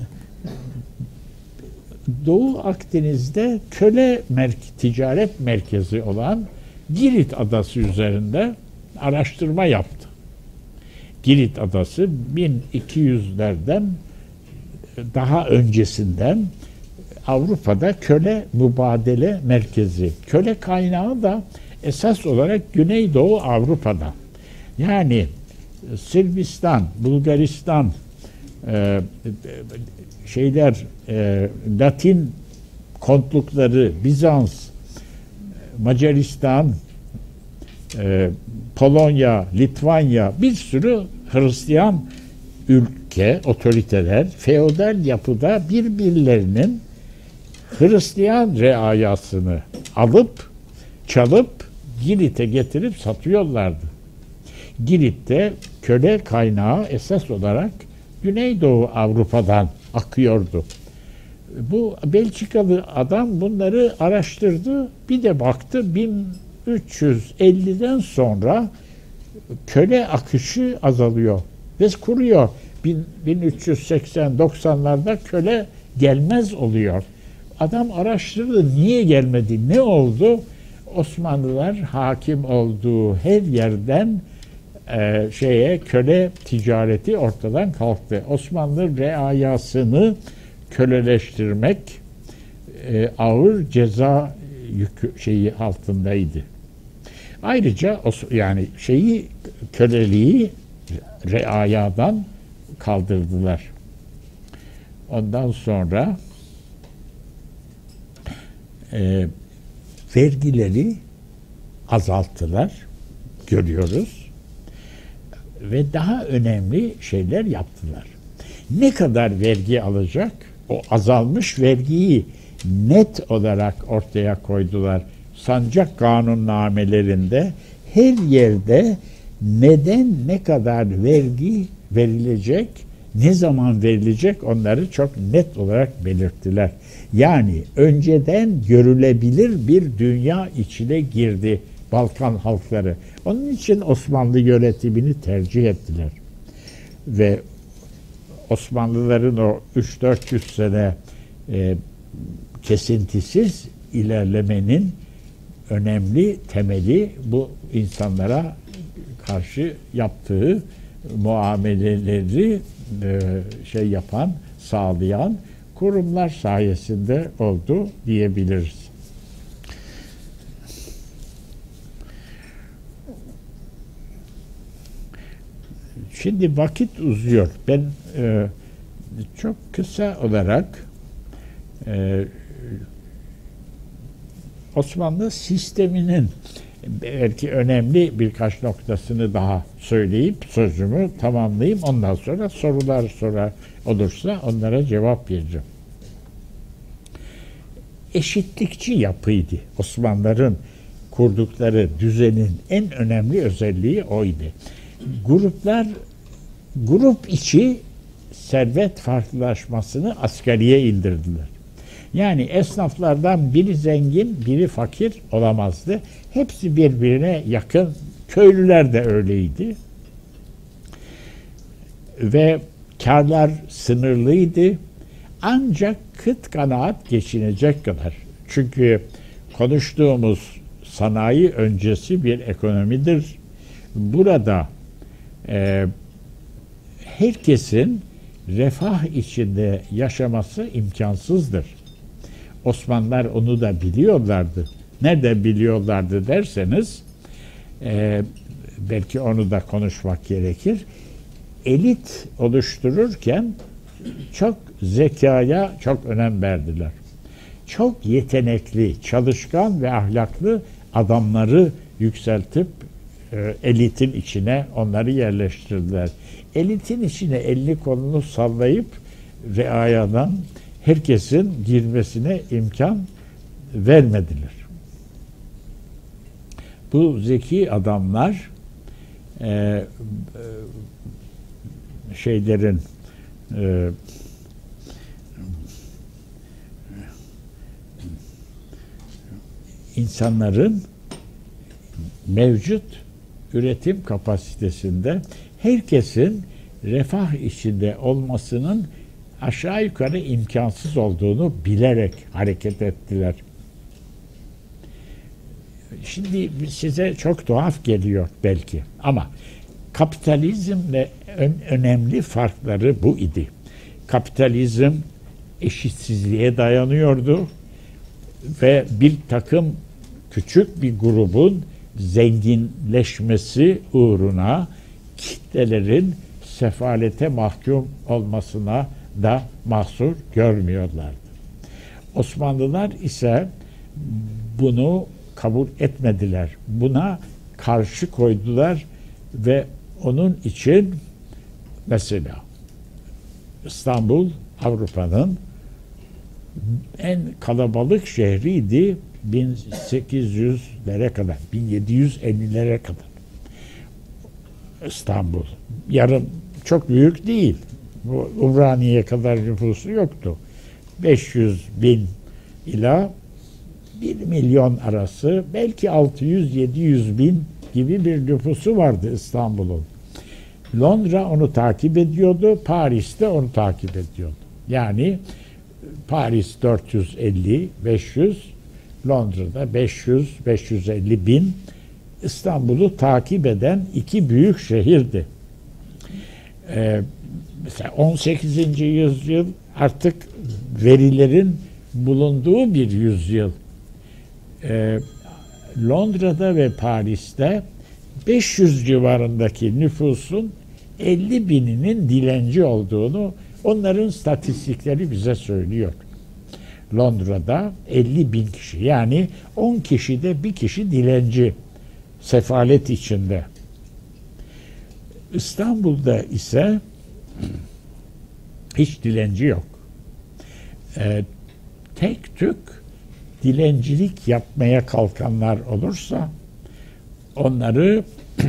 Doğu Akdeniz'de köle merk ticaret merkezi olan Girit Adası üzerinde araştırma yaptı. Girit Adası bin iki yüzlerden daha öncesinden Avrupa'da köle mübadele merkezi. Köle kaynağı da esas olarak Güneydoğu Avrupa'da. Yani Sırbistan, Bulgaristan, e, şeyler, e, Latin kontlukları, Bizans, Macaristan, e, Polonya, Litvanya, bir sürü Hristiyan ülke, otoriteler, feodal yapıda birbirlerinin Hristiyan reayasını alıp, çalıp, Girit'e getirip satıyorlardı. Girit'te köle kaynağı esas olarak Güneydoğu Avrupa'dan akıyordu. Bu Belçikalı adam bunları araştırdı. Bir de baktı bin üç yüz elliden sonra köle akışı azalıyor ve kuruyor. bin üç yüz seksen doksanlarda köle gelmez oluyor. Adam araştırdı, niye gelmedi, ne oldu? Osmanlılar hakim olduğu her yerden e, şeye köle ticareti ortadan kalktı. Osmanlı reayasını köleleştirmek e, ağır ceza yükü şeyi altındaydı. Ayrıca yani şeyi köleliği reayadan kaldırdılar. Ondan sonra e, vergileri azalttılar, görüyoruz. Ve daha önemli şeyler yaptılar. Ne kadar vergi alacak? O azalmış vergiyi net olarak ortaya koydular. Sancak kanunnamelerinde her yerde neden ne kadar vergi verilecek, ne zaman verilecek onları çok net olarak belirttiler. Yani önceden görülebilir bir dünya içine girdi Balkan halkları. Onun için Osmanlı yönetimini tercih ettiler. Ve Osmanlıların o üç dört yüz sene e, kesintisiz ilerlemenin önemli temeli bu insanlara karşı yaptığı muameleleri e, şey yapan, sağlayan kurumlar sayesinde oldu diyebiliriz. Şimdi vakit uzuyor. Ben e, çok kısa olarak e, Osmanlı sisteminin belki önemli birkaç noktasını daha söyleyip sözümü tamamlayayım. Ondan sonra sorular sonra olursa onlara cevap vereceğim. Eşitlikçi yapıydı. Osmanlıların kurdukları düzenin en önemli özelliği oydu. Gruplar, grup içi servet farklılaşmasını asgariye indirdiler. Yani esnaflardan biri zengin, biri fakir olamazdı. Hepsi birbirine yakın. Köylüler de öyleydi. Ve karlar sınırlıydı. Ancak kıt kanaat geçinecek kadar. Çünkü konuştuğumuz sanayi öncesi bir ekonomidir. Burada e, herkesin refah içinde yaşaması imkansızdır. Osmanlılar onu da biliyorlardı. Nerede biliyorlardı derseniz e, belki onu da konuşmak gerekir. Elit oluştururken çok zekaya çok önem verdiler. Çok yetenekli, çalışkan ve ahlaklı adamları yükseltip e, elitin içine onları yerleştirdiler. Elitin içine elini kolunu sallayıp reayadan herkesin girmesine imkan vermediler. Bu zeki adamlar e, şeylerin e, insanların mevcut üretim kapasitesinde herkesin refah içinde olmasının aşağı yukarı imkansız olduğunu bilerek hareket ettiler. Şimdi size çok tuhaf geliyor belki ama kapitalizmle ön, önemli farkları bu idi. Kapitalizm eşitsizliğe dayanıyordu ve bir takım küçük bir grubun zenginleşmesi uğruna kitlelerin sefalete mahkum olmasına da mahsur görmüyorlardı. Osmanlılar ise bunu kabul etmediler. Buna karşı koydular ve onun için mesela İstanbul Avrupa'nın en kalabalık şehriydi bin sekiz yüzlere kadar, bin yedi yüz ellilere kadar. İstanbul. Yarım çok büyük değil. Bu Ümraniye kadar nüfusu yoktu. beş yüz bin ila bir milyon arası, belki altı yüz yedi yüz bin gibi bir nüfusu vardı İstanbul'un. Londra onu takip ediyordu, Paris de onu takip ediyordu. Yani Paris dört yüz elli beş yüz, Londra'da beş yüz beş yüz elli bin, İstanbul'u takip eden iki büyük şehirdi. Ee, mesela on sekizinci yüzyıl artık verilerin bulunduğu bir yüzyıl. Ee, Londra'da ve Paris'te beş yüz civarındaki nüfusun elli bininin dilenci olduğunu onların statistikleri bize söylüyor. Londra'da elli bin kişi, yani on kişide bir kişi dilenci, sefalet içinde. İstanbul'da ise hiç dilenci yok. Ee, tek tük dilencilik yapmaya kalkanlar olursa onları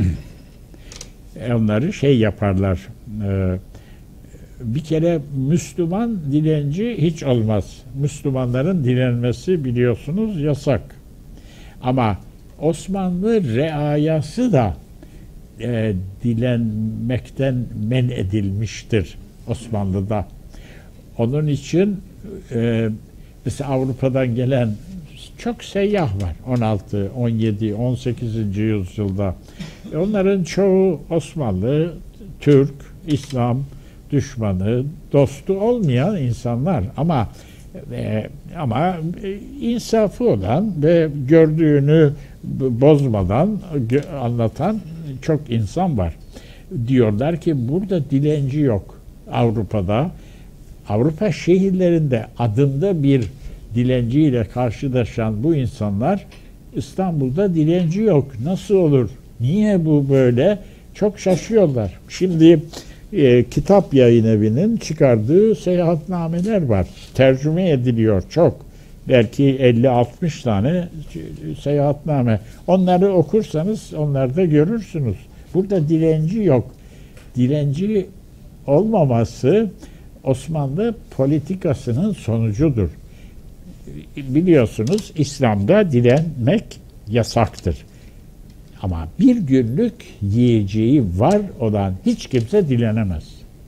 onları şey yaparlar. E, bir kere Müslüman dilenci hiç olmaz. Müslümanların dilenmesi biliyorsunuz yasak. Ama Osmanlı reayası da e, dilenmekten men edilmiştir Osmanlı'da. Onun için e, mesela Avrupa'dan gelen çok seyyah var. on altı, on yedi, on sekizinci yüzyılda. Onların çoğu Osmanlı, Türk, İslam düşmanı, dostu olmayan insanlar. Ama e, ama insafı olan ve gördüğünü bozmadan anlatan çok insan var. Diyorlar ki burada dilenci yok Avrupa'da. Avrupa şehirlerinde adında bir dilenciyle karşılaşan bu insanlar, İstanbul'da dilenci yok. Nasıl olur? Niye bu böyle? Çok şaşıyorlar. Şimdi e, Kitap Yayın Evi'nin çıkardığı seyahatnameler var. Tercüme ediliyor çok. Belki elli altmış tane seyahatname. Onları okursanız onlarda görürsünüz. Burada dilenci yok. Dilenci olmaması Osmanlı politikasının sonucudur. Biliyorsunuz İslam'da dilenmek yasaktır. Ama bir günlük yiyeceği var olan hiç kimse dilenemez.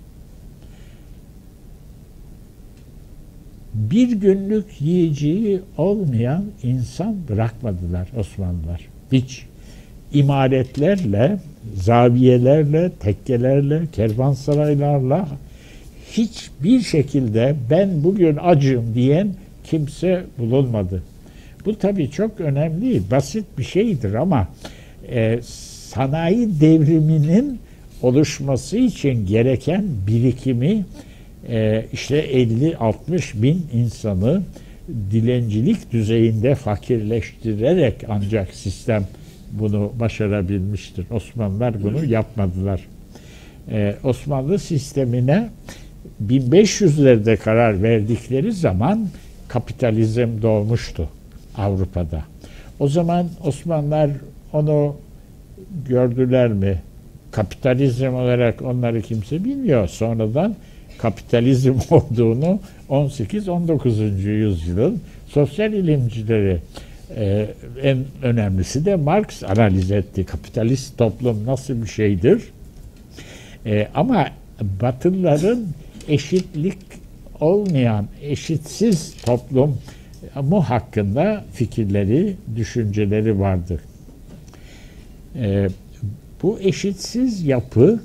Bir günlük yiyeceği olmayan insan bırakmadılar Osmanlılar. Hiç. İmaretlerle, zaviyelerle, tekkelerle, kervansaraylarla hiçbir şekilde ben bugün acım diyen kimse bulunmadı. Bu tabii çok önemli, basit bir şeydir ama e, sanayi devriminin oluşması için gereken birikimi e, işte elli altmış bin insanı dilencilik düzeyinde fakirleştirerek ancak sistem bunu başarabilmiştir. Osmanlılar bunu yapmadılar. Ee, Osmanlı sistemine bin beş yüzlerde karar verdikleri zaman kapitalizm doğmuştu Avrupa'da. O zaman Osmanlılar onu gördüler mi? Kapitalizm olarak onları kimse bilmiyor. Sonradan kapitalizm olduğunu on sekiz on dokuzuncu yüzyılın sosyal ilimcileri, Ee, en önemlisi de Marx analiz etti. Kapitalist toplum nasıl bir şeydir? Ee, ama Batılıların eşitlik olmayan, eşitsiz toplum mu hakkında fikirleri, düşünceleri vardır. Ee, bu eşitsiz yapı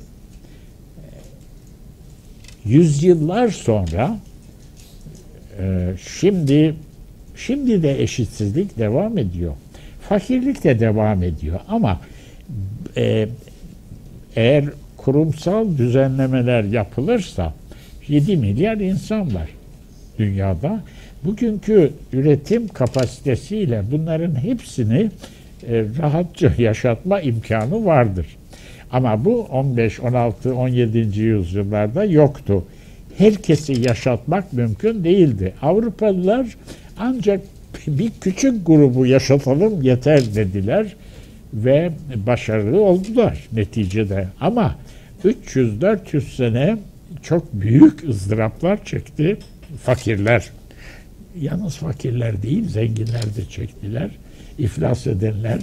yüzyıllar sonra e, şimdi Şimdi de eşitsizlik devam ediyor. Fakirlik de devam ediyor. Ama e, eğer kurumsal düzenlemeler yapılırsa yedi milyar insan var dünyada. Bugünkü üretim kapasitesiyle bunların hepsini e, rahatça yaşatma imkanı vardır. Ama bu on beş, on altı, on yedinci yüzyıllarda yoktu. Herkesi yaşatmak mümkün değildi. Avrupalılar ancak bir küçük grubu yaşatalım yeter dediler ve başarılı oldular neticede. Ama üç yüz dört yüz sene çok büyük ızdıraplar çekti fakirler. Yalnız fakirler değil, zenginler de çektiler. İflas edenler,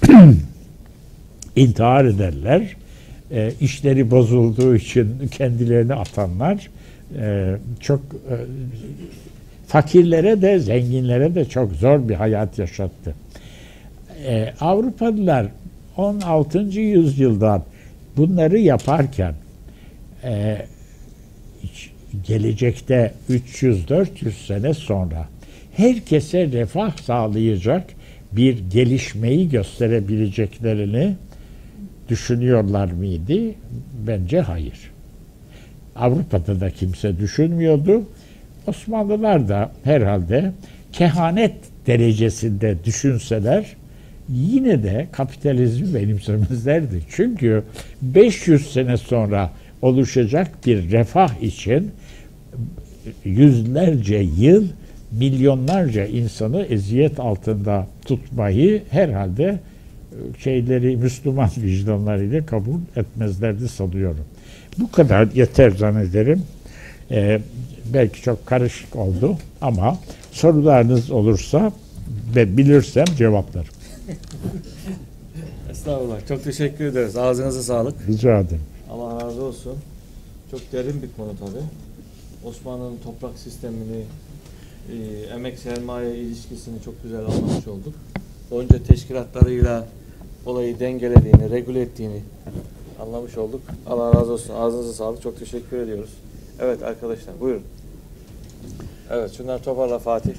intihar ederler, e, işleri bozulduğu için kendilerini atanlar, e, çok e, fakirlere de zenginlere de çok zor bir hayat yaşattı. E, Avrupalılar on altıncı yüzyıldan bunları yaparken e, gelecekte üç yüz dört yüz sene sonra herkese refah sağlayacak bir gelişmeyi gösterebileceklerini düşünüyorlar mıydı? Bence hayır. Avrupa'da da kimse düşünmüyordu. Osmanlılar da herhalde kehanet derecesinde düşünseler yine de kapitalizmi benimsemezlerdi. Çünkü beş yüz sene sonra oluşacak bir refah için yüzlerce yıl milyonlarca insanı eziyet altında tutmayı herhalde şeyleri Müslüman vicdanlarıyla kabul etmezlerdi sanıyorum. Bu kadar yeter zannederim. Ee, belki çok karışık oldu ama sorularınız olursa ve bilirsem cevaplarım. Estağfurullah. Çok teşekkür ederiz. Ağzınıza sağlık. Rica ederim. Allah razı olsun. Çok derin bir konu tabii. Osmanlı'nın toprak sistemini, e, emek sermaye ilişkisini çok güzel anlamış olduk. Önce teşkilatlarıyla olayı dengelediğini, regüle ettiğini anlamış olduk. Allah razı olsun. Ağzınıza sağlık. Çok teşekkür ediyoruz. Evet arkadaşlar buyurun. Evet şunları toparla Fatih.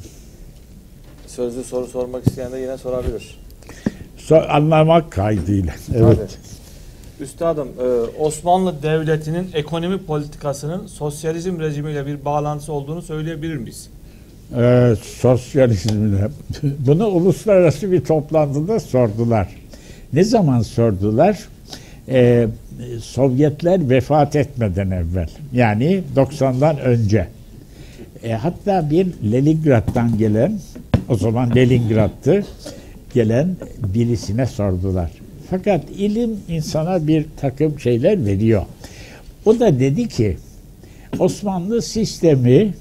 Sözlü soru sormak isteyen de yine sorabilir. So, anlamak kaydıyla. Evet. Hadi. Üstadım, e, Osmanlı Devleti'nin ekonomi politikasının sosyalizm rejimiyle bir bağlantısı olduğunu söyleyebilir miyiz? Ee, sosyalizmle. Bunu uluslararası bir toplantıda sordular. Ne zaman sordular? Ee, Sovyetler vefat etmeden evvel. Yani doksandan önce. E, hatta bir Leningrad'dan gelen, o zaman Leningrad'tı, gelen birisine sordular. Fakat ilim insana bir takım şeyler veriyor. O da dedi ki Osmanlı sistemi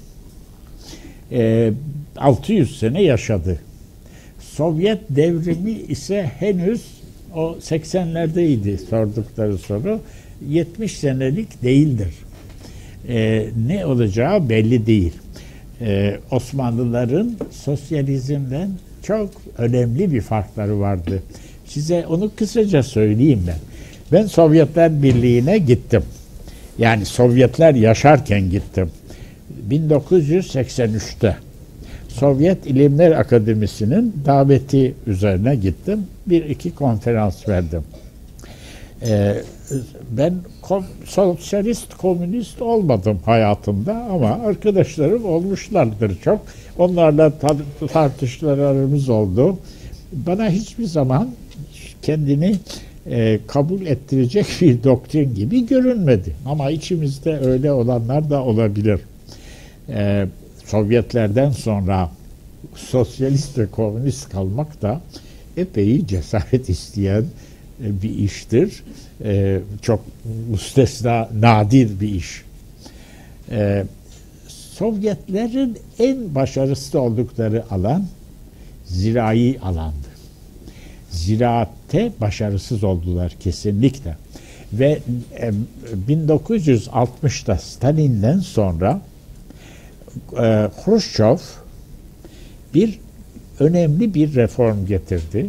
e, altı yüz sene yaşadı. Sovyet devrimi ise henüz o seksenlerdeydi sordukları soru. yetmiş senelik değildir. E, ne olacağı belli değil. E, Osmanlıların sosyalizmden çok önemli bir farkları vardı. Size onu kısaca söyleyeyim ben. Ben Sovyetler Birliği'ne gittim. Yani Sovyetler yaşarken gittim. bin dokuz yüz seksen üçte Sovyet İlimler Akademisi'nin daveti üzerine gittim. Bir iki konferans verdim. Ee, ben kom- sosyalist, komünist olmadım hayatımda ama arkadaşlarım olmuşlardır çok. Onlarla tar- tartışmalarımız oldu. Bana hiçbir zaman kendini e, kabul ettirecek bir doktrin gibi görünmedi. Ama içimizde öyle olanlar da olabilir. E, Sovyetlerden sonra sosyalist ve komünist kalmak da epey cesaret isteyen e, bir iştir. E, çok müstesna, nadir bir iş. E, Sovyetlerin en başarısız oldukları alan zirai alandı. Ziraatte başarısız oldular kesinlikle. Ve e, bin dokuz yüz altmışta Stalin'den sonra e, Khrushchev bir önemli bir reform getirdi.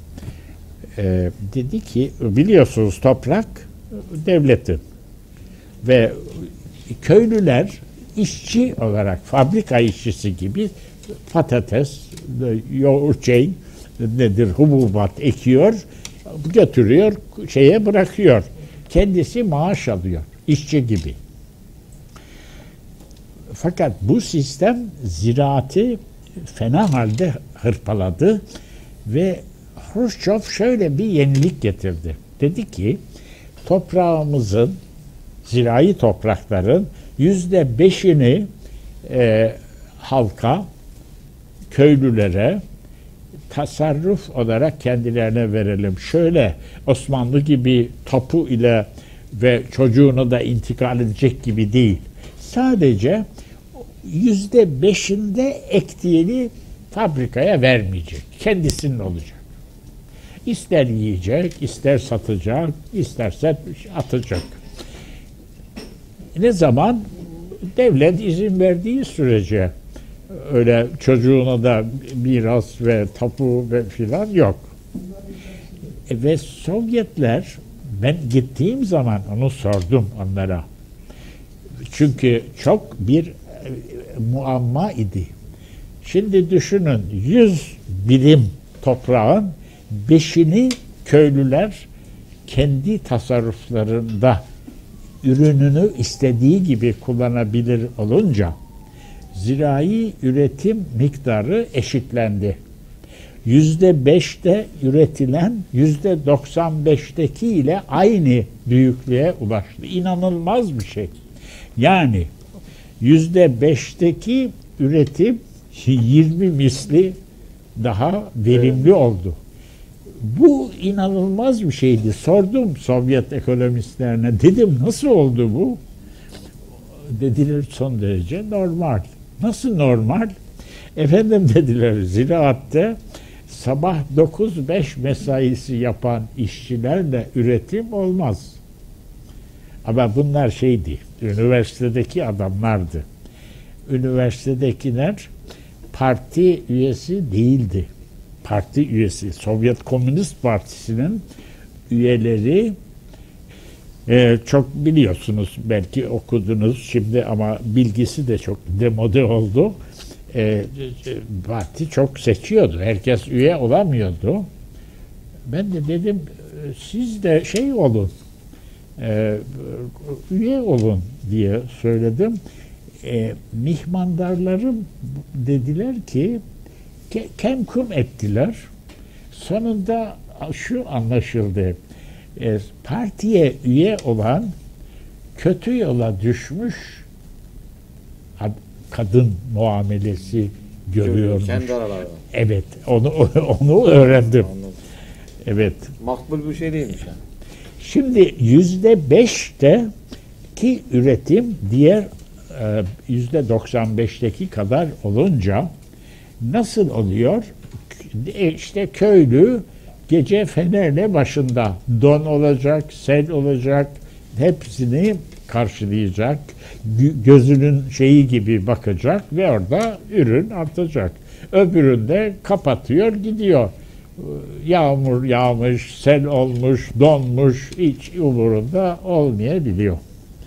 E, dedi ki biliyorsunuz toprak devletin ve köylüler işçi olarak fabrika işçisi gibi patates, yoğurt şey nedir hububat ekiyor, götürüyor, şeye bırakıyor. kendisi maaş alıyor, işçi gibi. Fakat bu sistem ziraatı fena halde hırpaladı ve Hruşçov şöyle bir yenilik getirdi. Dedi ki toprağımızın, zirai toprakların yüzde beşini e, halka, köylülere tasarruf olarak kendilerine verelim. Şöyle Osmanlı gibi tapu ile ve çocuğunu da intikal edecek gibi değil. Sadece yüzde beşinde ektiğini fabrikaya vermeyecek. Kendisinin olacak. İster yiyecek, ister satacak, isterse atacak. Ne zaman? Devlet izin verdiği sürece. Öyle çocuğuna da miras ve tapu ve filan yok. E ve Sovyetler, ben gittiğim zaman onu sordum onlara. Çünkü çok bir e, muamma idi. Şimdi düşünün, yüz birim toprağın beşini köylüler kendi tasarruflarında ürününü istediği gibi kullanabilir olunca zirai üretim miktarı eşitlendi. Yüzde beşte üretilen yüzde doksan beşteki ile aynı büyüklüğe ulaştı. İnanılmaz bir şey. Yani yüzde beşteki üretim yirmi misli daha verimli oldu. Bu inanılmaz bir şeydi. Sordum Sovyet ekonomistlerine. Dedim nasıl oldu bu? Dediler son derece normal. Nasıl normal? Efendim dediler ziraatte sabah dokuz beş mesaisi yapan işçilerle üretim olmaz. Ama bunlar şeydi, üniversitedeki adamlardı. Üniversitedekiler parti üyesi değildi. Parti üyesi, Sovyet Komünist Partisi'nin üyeleri e, çok biliyorsunuz, belki okudunuz şimdi ama bilgisi de çok demode oldu. E, parti çok seçiyordu, herkes üye olamıyordu. Ben de dedim siz de şey olun, e, üye olun diye söyledim. E, mihmandarlarım dediler ki ke, kemkum ettiler. Sonunda şu anlaşıldı. E, partiye üye olan kötü yola düşmüş ad, kadın muamelesi görüyormuş. Kendi aralarında. Evet, onu onu öğrendim. Anladım. Evet. Makbul bir şey değilmiş yani. Şimdi yüzde beşte ki üretim diğer yüzde doksan beşteki kadar olunca nasıl oluyor? İşte köylü gece fenerle başında don olacak, sel olacak, hepsini karşılayacak, gözünün şeyi gibi bakacak ve orada ürün artacak. Öbüründe kapatıyor, gidiyor. Yağmur yağmış, sel olmuş, donmuş, hiç umurunda olmayabiliyor.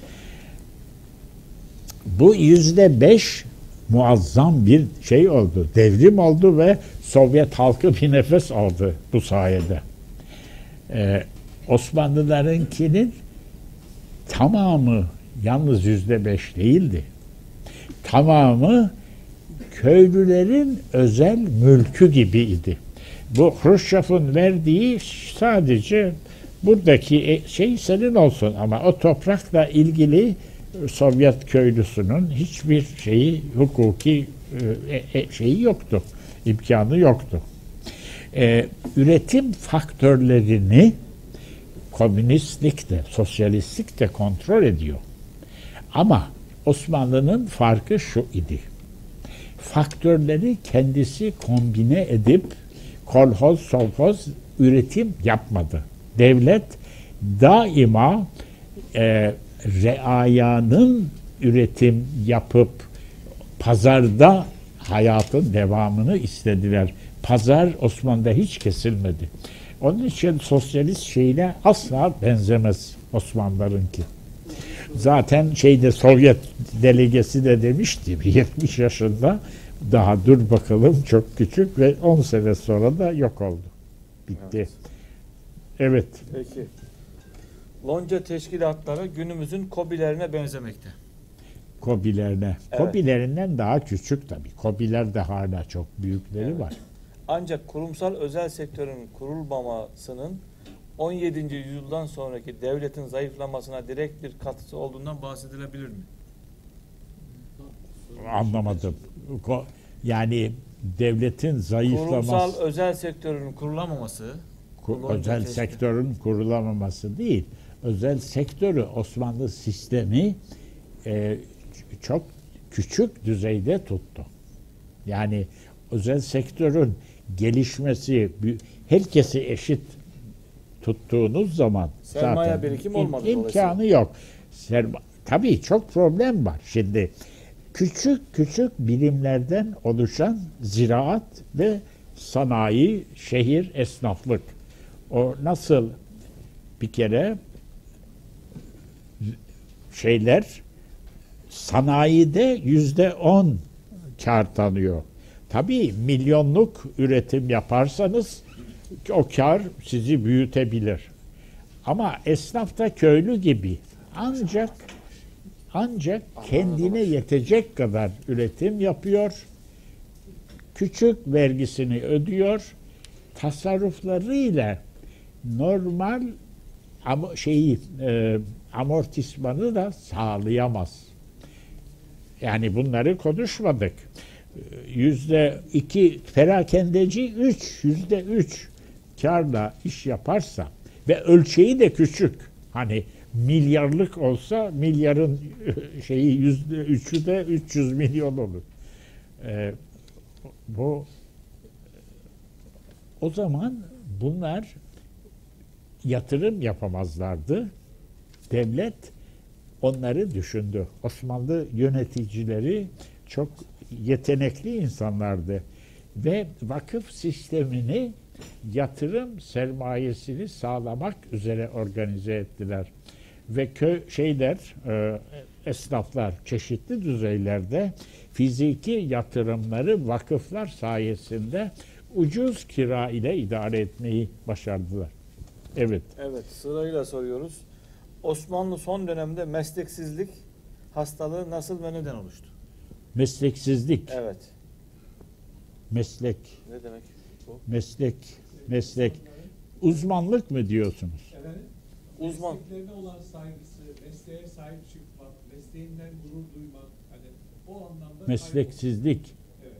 Bu yüzde beş muazzam bir şey oldu. Devrim oldu ve Sovyet halkı bir nefes aldı bu sayede. Ee, Osmanlılarınkinin tamamı yalnız yüzde beş değildi. Tamamı köylülerin özel mülkü gibiydi. Bu Hruşçov'un verdiği sadece buradaki şey senin olsun ama o toprakla ilgili Sovyet köylüsünün hiçbir şeyi hukuki e, e, şeyi yoktu, imkanı yoktu. E, üretim faktörlerini komünistlik de, sosyalistlik de kontrol ediyor. Ama Osmanlı'nın farkı şu idi. Faktörleri kendisi kombine edip kolhoz, sovhoz üretim yapmadı. Devlet daima e, reayanın üretim yapıp pazarda hayatın devamını istediler. Pazar Osmanlı'da hiç kesilmedi. Onun için sosyalist şeyine asla benzemez Osmanlılarınki. Zaten şeyde Sovyet delegesi de demişti yetmiş yaşında daha dur bakalım çok küçük ve on sene sonra da yok oldu. Bitti. Evet. Peki. Lonca teşkilatları günümüzün KOBİ'lerine benzemekte. KOBİ'lerine. Evet. KOBİ'lerinden daha küçük tabii. KOBİ'ler de hala çok büyükleri Evet. var. Ancak kurumsal özel sektörün kurulmamasının on yedinci yüzyıldan sonraki devletin zayıflamasına direkt bir katkısı olduğundan bahsedilebilir mi? Anlamadım. Ko- Yani devletin zayıflaması, Kurumsal özel sektörün kurulamaması, ku- Lonca özel teşkil- sektörün kurulamaması değil. Özel sektörü Osmanlı sistemi e, ç- çok küçük düzeyde tuttu. Yani özel sektörün gelişmesi, bü- herkesi eşit tuttuğunuz zaman Sermaye zaten birikimi im- olmadı imkanı yok. Serma- Tabii çok problem var. Şimdi küçük küçük birimlerden oluşan ziraat ve sanayi, şehir, esnaflık. O nasıl bir kere şeyler sanayide yüzde on kar tanıyor. Tabii milyonluk üretim yaparsanız o kar sizi büyütebilir. Ama esnafta köylü gibi ancak ancak kendine yetecek kadar üretim yapıyor. Küçük vergisini ödüyor. Tasarruflarıyla normal ama şeyi e, amortismanı da sağlayamaz. Yani bunları konuşmadık. Yüzde iki perakendeci üç, yüzde üç karla iş yaparsa ve ölçeği de küçük. Hani milyarlık olsa milyarın şeyi yüzde üçü de üç yüz milyon olur. Ee, bu o zaman bunlar yatırım yapamazlardı. Devlet onları düşündü. Osmanlı yöneticileri çok yetenekli insanlardı ve vakıf sistemini yatırım sermayesini sağlamak üzere organize ettiler. Ve köy şeyler, e, esnaflar çeşitli düzeylerde fiziki yatırımları vakıflar sayesinde ucuz kira ile idare etmeyi başardılar. Evet. Evet, sırayla soruyoruz. Osmanlı son dönemde mesleksizlik hastalığı nasıl ve neden oluştu? Mesleksizlik, Evet. meslek, Ne demek bu? meslek, meslek, uzmanlık mı diyorsunuz? Efendim? Uzman. Mesleklerine olan saygısı, mesleğe sahip çıkmak, mesleğinden gurur duymak, hani o anlamda Mesleksizlik. kaybolmuş.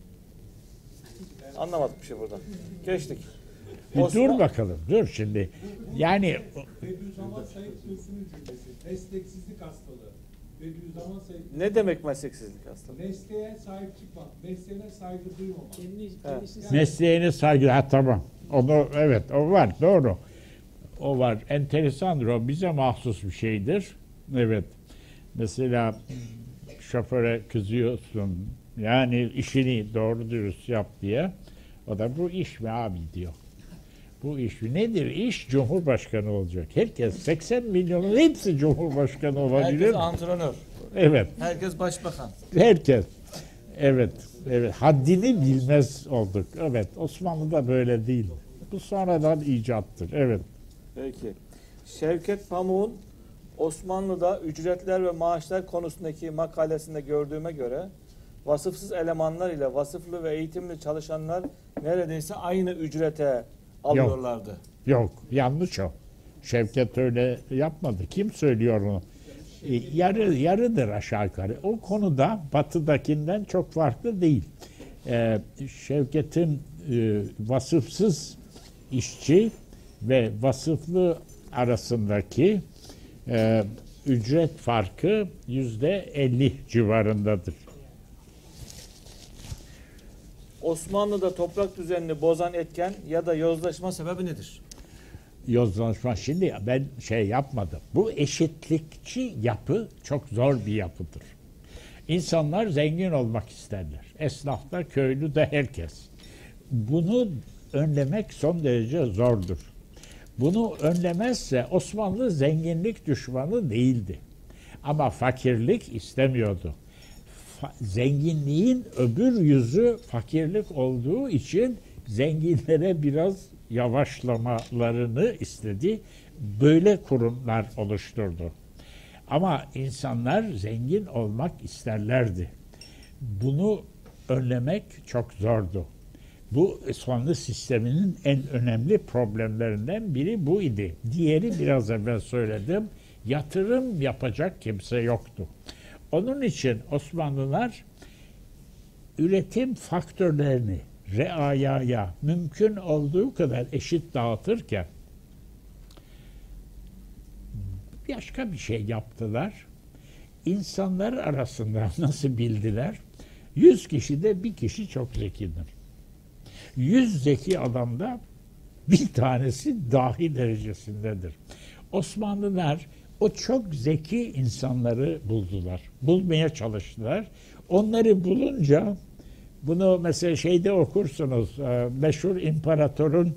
Evet. Anlamadık bir şey buradan. Geçtik. Bir Osman- dur bakalım, dur şimdi. Yani Bediüzzaman Said Nursi'nin cümlesi, mesleksizlik hastalığı. Bediüzzaman Said Nursi, Ne demek mesleksizlik hastalığı? mesleğe sahip çıkmak, mesleğine saygı duymamak. Evet. mesleğine saygı, ha tamam. Onu evet, o var, doğru. O var. Enteresandır o. Bize mahsus bir şeydir. Evet. Mesela şoföre kızıyorsun. Yani işini doğru dürüst yap diye. O da bu iş mi abi diyor. Bu iş mi? Nedir? İş Cumhurbaşkanı olacak. Herkes seksen milyonun hepsi Cumhurbaşkanı olabilir. Herkes antrenör. Evet. Herkes başbakan. Herkes. Evet. Evet. Haddini bilmez olduk. Evet. Osmanlı'da böyle değil. Bu sonradan icattır. Evet. Peki. Şevket Pamuk'un Osmanlı'da ücretler ve maaşlar konusundaki makalesinde gördüğüme göre vasıfsız elemanlar ile vasıflı ve eğitimli çalışanlar neredeyse aynı ücrete alıyorlardı. Yok. Yanlış o. Şevket öyle yapmadı. Kim söylüyor onu? E, yarı yarıdır aşağı yukarı. O konuda batıdakinden çok farklı değil. E, Şevket'in e, vasıfsız işçi ve vasıflı arasındaki e, ücret farkı yüzde elli civarındadır. Osmanlı'da toprak düzenini bozan etken ya da yozlaşma sebebi nedir? Yozlaşma. Şimdi ben şey yapmadım. Bu eşitlikçi yapı çok zor bir yapıdır. İnsanlar zengin olmak isterler. Esnaf da, köylü de, herkes. Bunu önlemek son derece zordur. Bunu önlemezse Osmanlı zenginlik düşmanı değildi. Ama fakirlik istemiyordu. Fa- zenginliğin öbür yüzü fakirlik olduğu için zenginlere biraz yavaşlamalarını istedi. Böyle kurumlar oluşturdu. Ama insanlar zengin olmak isterlerdi. Bunu önlemek çok zordu. Bu Osmanlı sisteminin en önemli problemlerinden biri bu idi. Diğeri biraz evvel söyledim, yatırım yapacak kimse yoktu. Onun için Osmanlılar üretim faktörlerini reayaya mümkün olduğu kadar eşit dağıtırken başka bir şey yaptılar. İnsanlar arasında nasıl bildiler? Yüz kişide bir kişi çok zekidir. Yüz zeki adamda bir tanesi dahi derecesindedir. Osmanlılar o çok zeki insanları buldular. Bulmaya çalıştılar. Onları bulunca bunu mesela şeyde okursunuz, meşhur imparatorun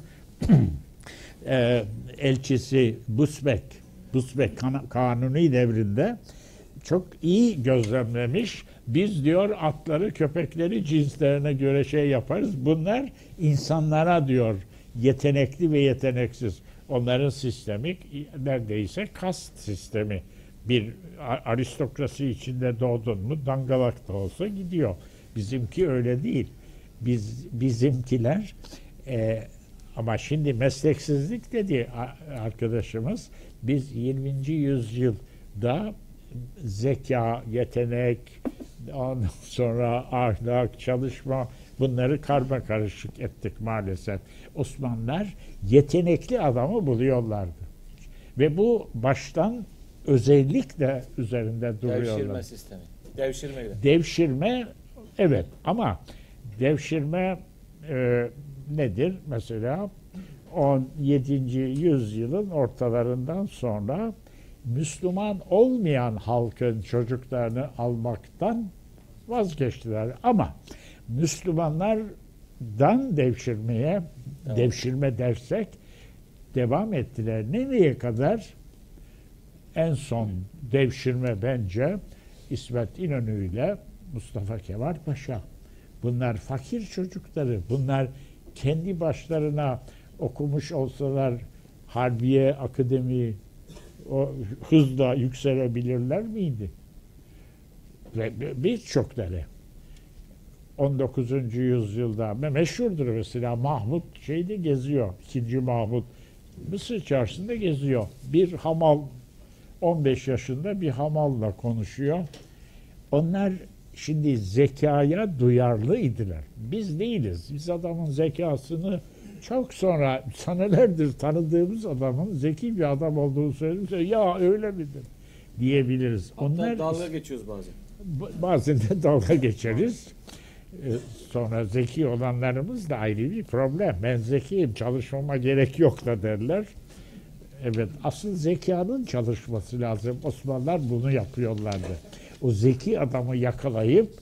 elçisi Busbek, Busbek Kanuni devrinde çok iyi gözlemlemiş. Biz diyor atları, köpekleri cinslerine göre şey yaparız. Bunlar insanlara diyor yetenekli ve yeteneksiz. Onların sistemi neredeyse kast sistemi. Bir aristokrasi içinde doğdun mu dangalak da olsa gidiyor. Bizimki öyle değil. Biz bizimkiler e, ama şimdi mesleksizlik dedi arkadaşımız. Biz yirminci yüzyılda zeka, yetenek, ondan sonra ahlak, çalışma bunları karma karışık ettik maalesef. Osmanlılar yetenekli adamı buluyorlardı. Ve bu baştan özellikle üzerinde duruyorlar. Devşirme sistemi. Devşirme gibi. Devşirme evet ama devşirme e, nedir? Mesela on yedinci yüzyılın ortalarından sonra Müslüman olmayan halkın çocuklarını almaktan vazgeçtiler. Ama Müslümanlardan devşirmeye, evet. devşirme dersek devam ettiler. Nereye kadar? En son devşirme bence İsmet İnönü ile Mustafa Kemal Paşa. Bunlar fakir çocukları. Bunlar kendi başlarına okumuş olsalar Harbiye Akademi o hızla yükselebilirler miydi? Ve birçokları on dokuzuncu yüzyılda meşhurdur mesela Mahmut şeyde geziyor. İkinci Mahmut Mısır çarşısında geziyor. Bir hamal on beş yaşında bir hamalla konuşuyor. Onlar şimdi zekaya duyarlıydılar. Biz değiliz. Biz adamın zekasını çok sonra senelerdir tanıdığımız adamın zeki bir adam olduğunu söylediğimizde ya öyle midir diyebiliriz. Hatta onlar dalga geçiyoruz bazen. Bazen de dalga geçeriz. Ee, sonra zeki olanlarımız da ayrı bir problem. Ben zekiyim, çalışmama gerek yok da derler. Evet, asıl zekanın çalışması lazım. Osmanlılar bunu yapıyorlardı. O zeki adamı yakalayıp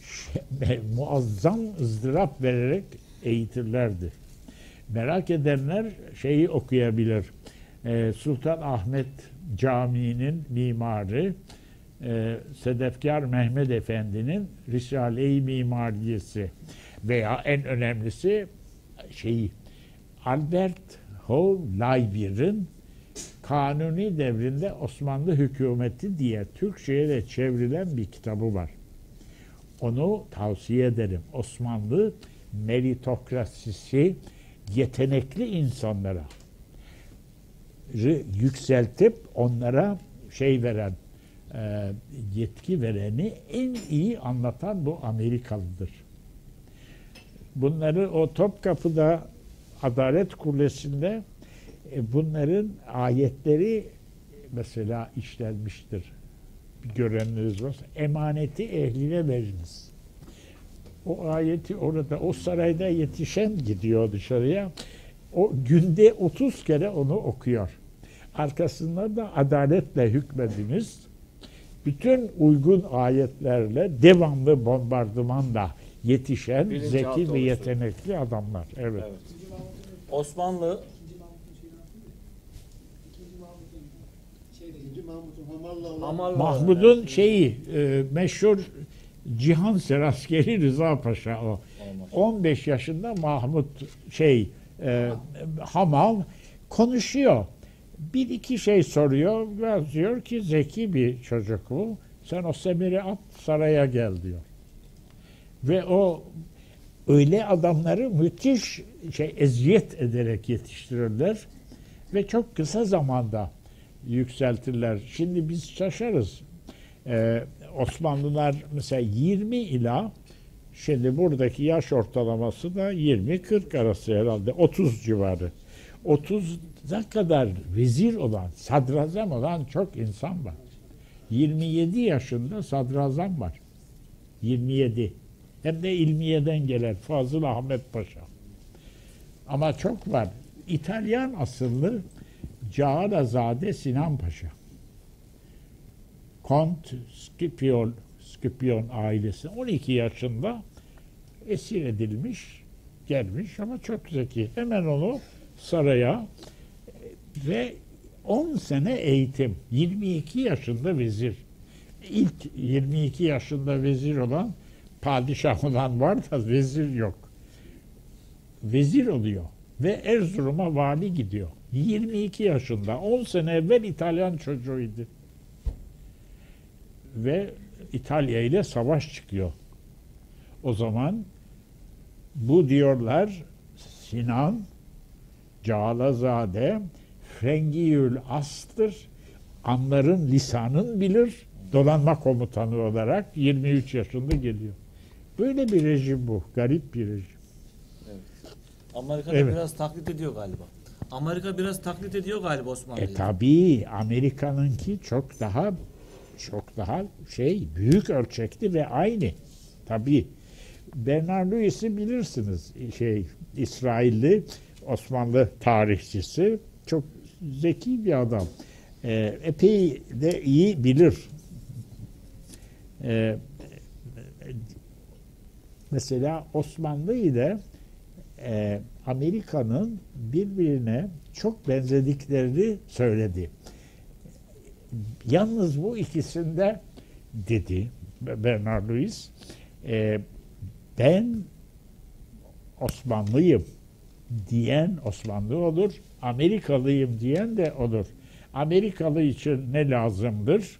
muazzam ızdırap vererek eğitirlerdi. Merak edenler şeyi okuyabilir. Ee, Sultan Ahmet Camii'nin mimarı e, Sedefkar Mehmet Efendi'nin Risale-i Mimariyesi veya en önemlisi şeyi Albert Hall Leibier'in Kanuni devrinde Osmanlı hükümeti diye Türkçe'ye de çevrilen bir kitabı var. Onu tavsiye ederim. Osmanlı meritokrasisi yetenekli insanlara yükseltip onlara şey veren, e, yetki vereni en iyi anlatan bu Amerikalıdır. Bunları o Topkapı'da Adalet Kulesi'nde e, bunların ayetleri mesela işlenmiştir. Bir görenleriniz varsa emaneti ehline veriniz. O ayeti orada, o sarayda yetişen gidiyor dışarıya. O günde otuz kere onu okuyor. Arkasından da adaletle hükmediniz. Bütün uygun ayetlerle devamlı bombardımanla yetişen Bilinci zeki ve yetenekli adamlar. Evet. Evet. Osmanlı Hamallı Mahmud'un şeyi e, meşhur Cihan Ser askeri Rıza Paşa o. Olmaz. on beş yaşında Mahmut şey e, Hamal konuşuyor. Bir iki şey soruyor. Biraz diyor ki zeki bir çocuk bu. Sen o semiri at saraya gel diyor. Ve o öyle adamları müthiş şey eziyet ederek yetiştirirler ve çok kısa zamanda yükseltirler. Şimdi biz şaşarız. Ee, Osmanlılar mesela yirmi ila şimdi buradaki yaş ortalaması da yirmi kırk arası herhalde otuz civarı. otuza kadar vezir olan, sadrazam olan çok insan var. yirmi yedi yaşında sadrazam var. yirmi yedi. Hem de İlmiye'den gelen Fazıl Ahmet Paşa. Ama çok var. İtalyan asıllı Cağalazade Sinan Paşa. Kont Scipion, Scipion ailesi on iki yaşında esir edilmiş, gelmiş ama çok zeki. Hemen onu saraya ve on sene eğitim. yirmi iki yaşında vezir. İlk yirmi iki yaşında vezir olan padişah olan var da vezir yok. Vezir oluyor ve Erzurum'a vali gidiyor. yirmi iki yaşında. on sene evvel İtalyan çocuğuydu. Ve İtalya ile savaş çıkıyor. O zaman bu diyorlar Sinan Cağalazade Frengiyül As'tır. Anların lisanın bilir. Donanma komutanı olarak yirmi üç yaşında geliyor. Böyle bir rejim bu. Garip bir rejim. Evet. Amerika Evet. biraz taklit ediyor galiba. Amerika biraz taklit ediyor galiba Osmanlı'yı. E tabii Amerika'nınki çok daha çok daha şey büyük ölçekli ve aynı. Tabii. Bernard Lewis'i bilirsiniz. Şey İsrailli Osmanlı tarihçisi. Çok zeki bir adam. E, epey de iyi bilir. E, mesela Osmanlı ile e, Amerika'nın birbirine çok benzediklerini söyledi. Yalnız bu ikisinde dedi Bernard Lewis, e, ben Osmanlıyım diyen Osmanlı olur, Amerikalıyım diyen de olur. Amerikalı için ne lazımdır?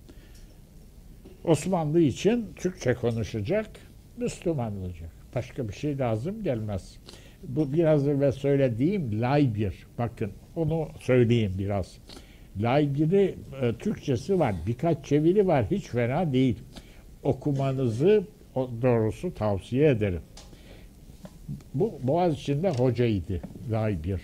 Osmanlı için Türkçe konuşacak, Müslüman olacak. Başka bir şey lazım gelmez. Bu biraz evvel söylediğim Laybir. Bakın onu söyleyeyim biraz. Laybir'i e, Türkçesi var. Birkaç çeviri var. Hiç fena değil. Okumanızı o, doğrusu tavsiye ederim. Bu Boğaziçi'nde hocaydı Laybir.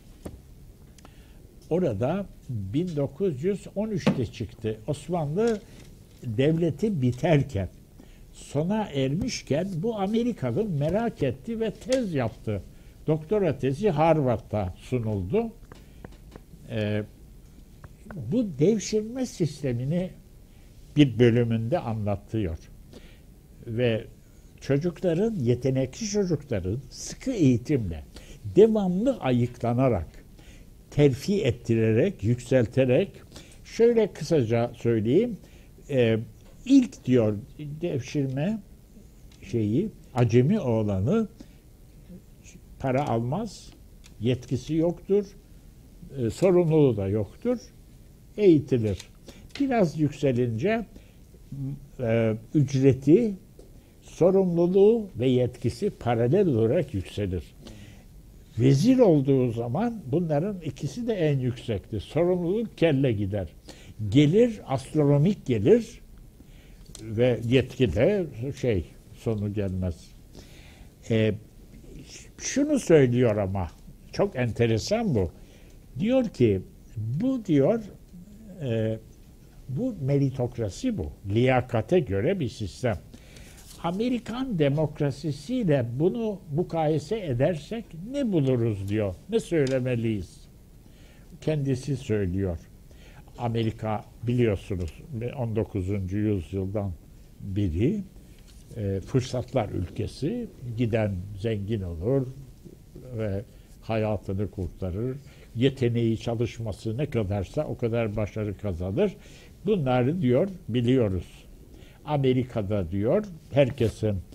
Orada bin dokuz yüz on üçte çıktı. Osmanlı devleti biterken, sona ermişken bu Amerikalı merak etti ve tez yaptı. Doktora tezi Harvard'da sunuldu. Ee, bu devşirme sistemini bir bölümünde anlatıyor. Ve çocukların, yetenekli çocukların sıkı eğitimle, devamlı ayıklanarak, terfi ettirerek, yükselterek, şöyle kısaca söyleyeyim, e, ilk diyor devşirme şeyi, acemi oğlanı para almaz, yetkisi yoktur, e, sorumluluğu da yoktur, eğitilir. Biraz yükselince e, ücreti, sorumluluğu ve yetkisi paralel olarak yükselir. Vezir olduğu zaman bunların ikisi de en yüksekti. Sorumluluk kelle gider. Gelir astronomik gelir ve yetki de şey sonu gelmez. Ee, şunu söylüyor ama çok enteresan bu. Diyor ki bu diyor e, bu meritokrasi bu. Liyakate göre bir sistem. Amerikan demokrasisiyle bunu mukayese edersek ne buluruz diyor. Ne söylemeliyiz? Kendisi söylüyor. Amerika biliyorsunuz on dokuzuncu yüzyıldan beri e, fırsatlar ülkesi, giden zengin olur ve hayatını kurtarır. Yeteneği, çalışması ne kadarsa o kadar başarı kazanır. Bunları diyor biliyoruz. Amerika'da diyor herkesin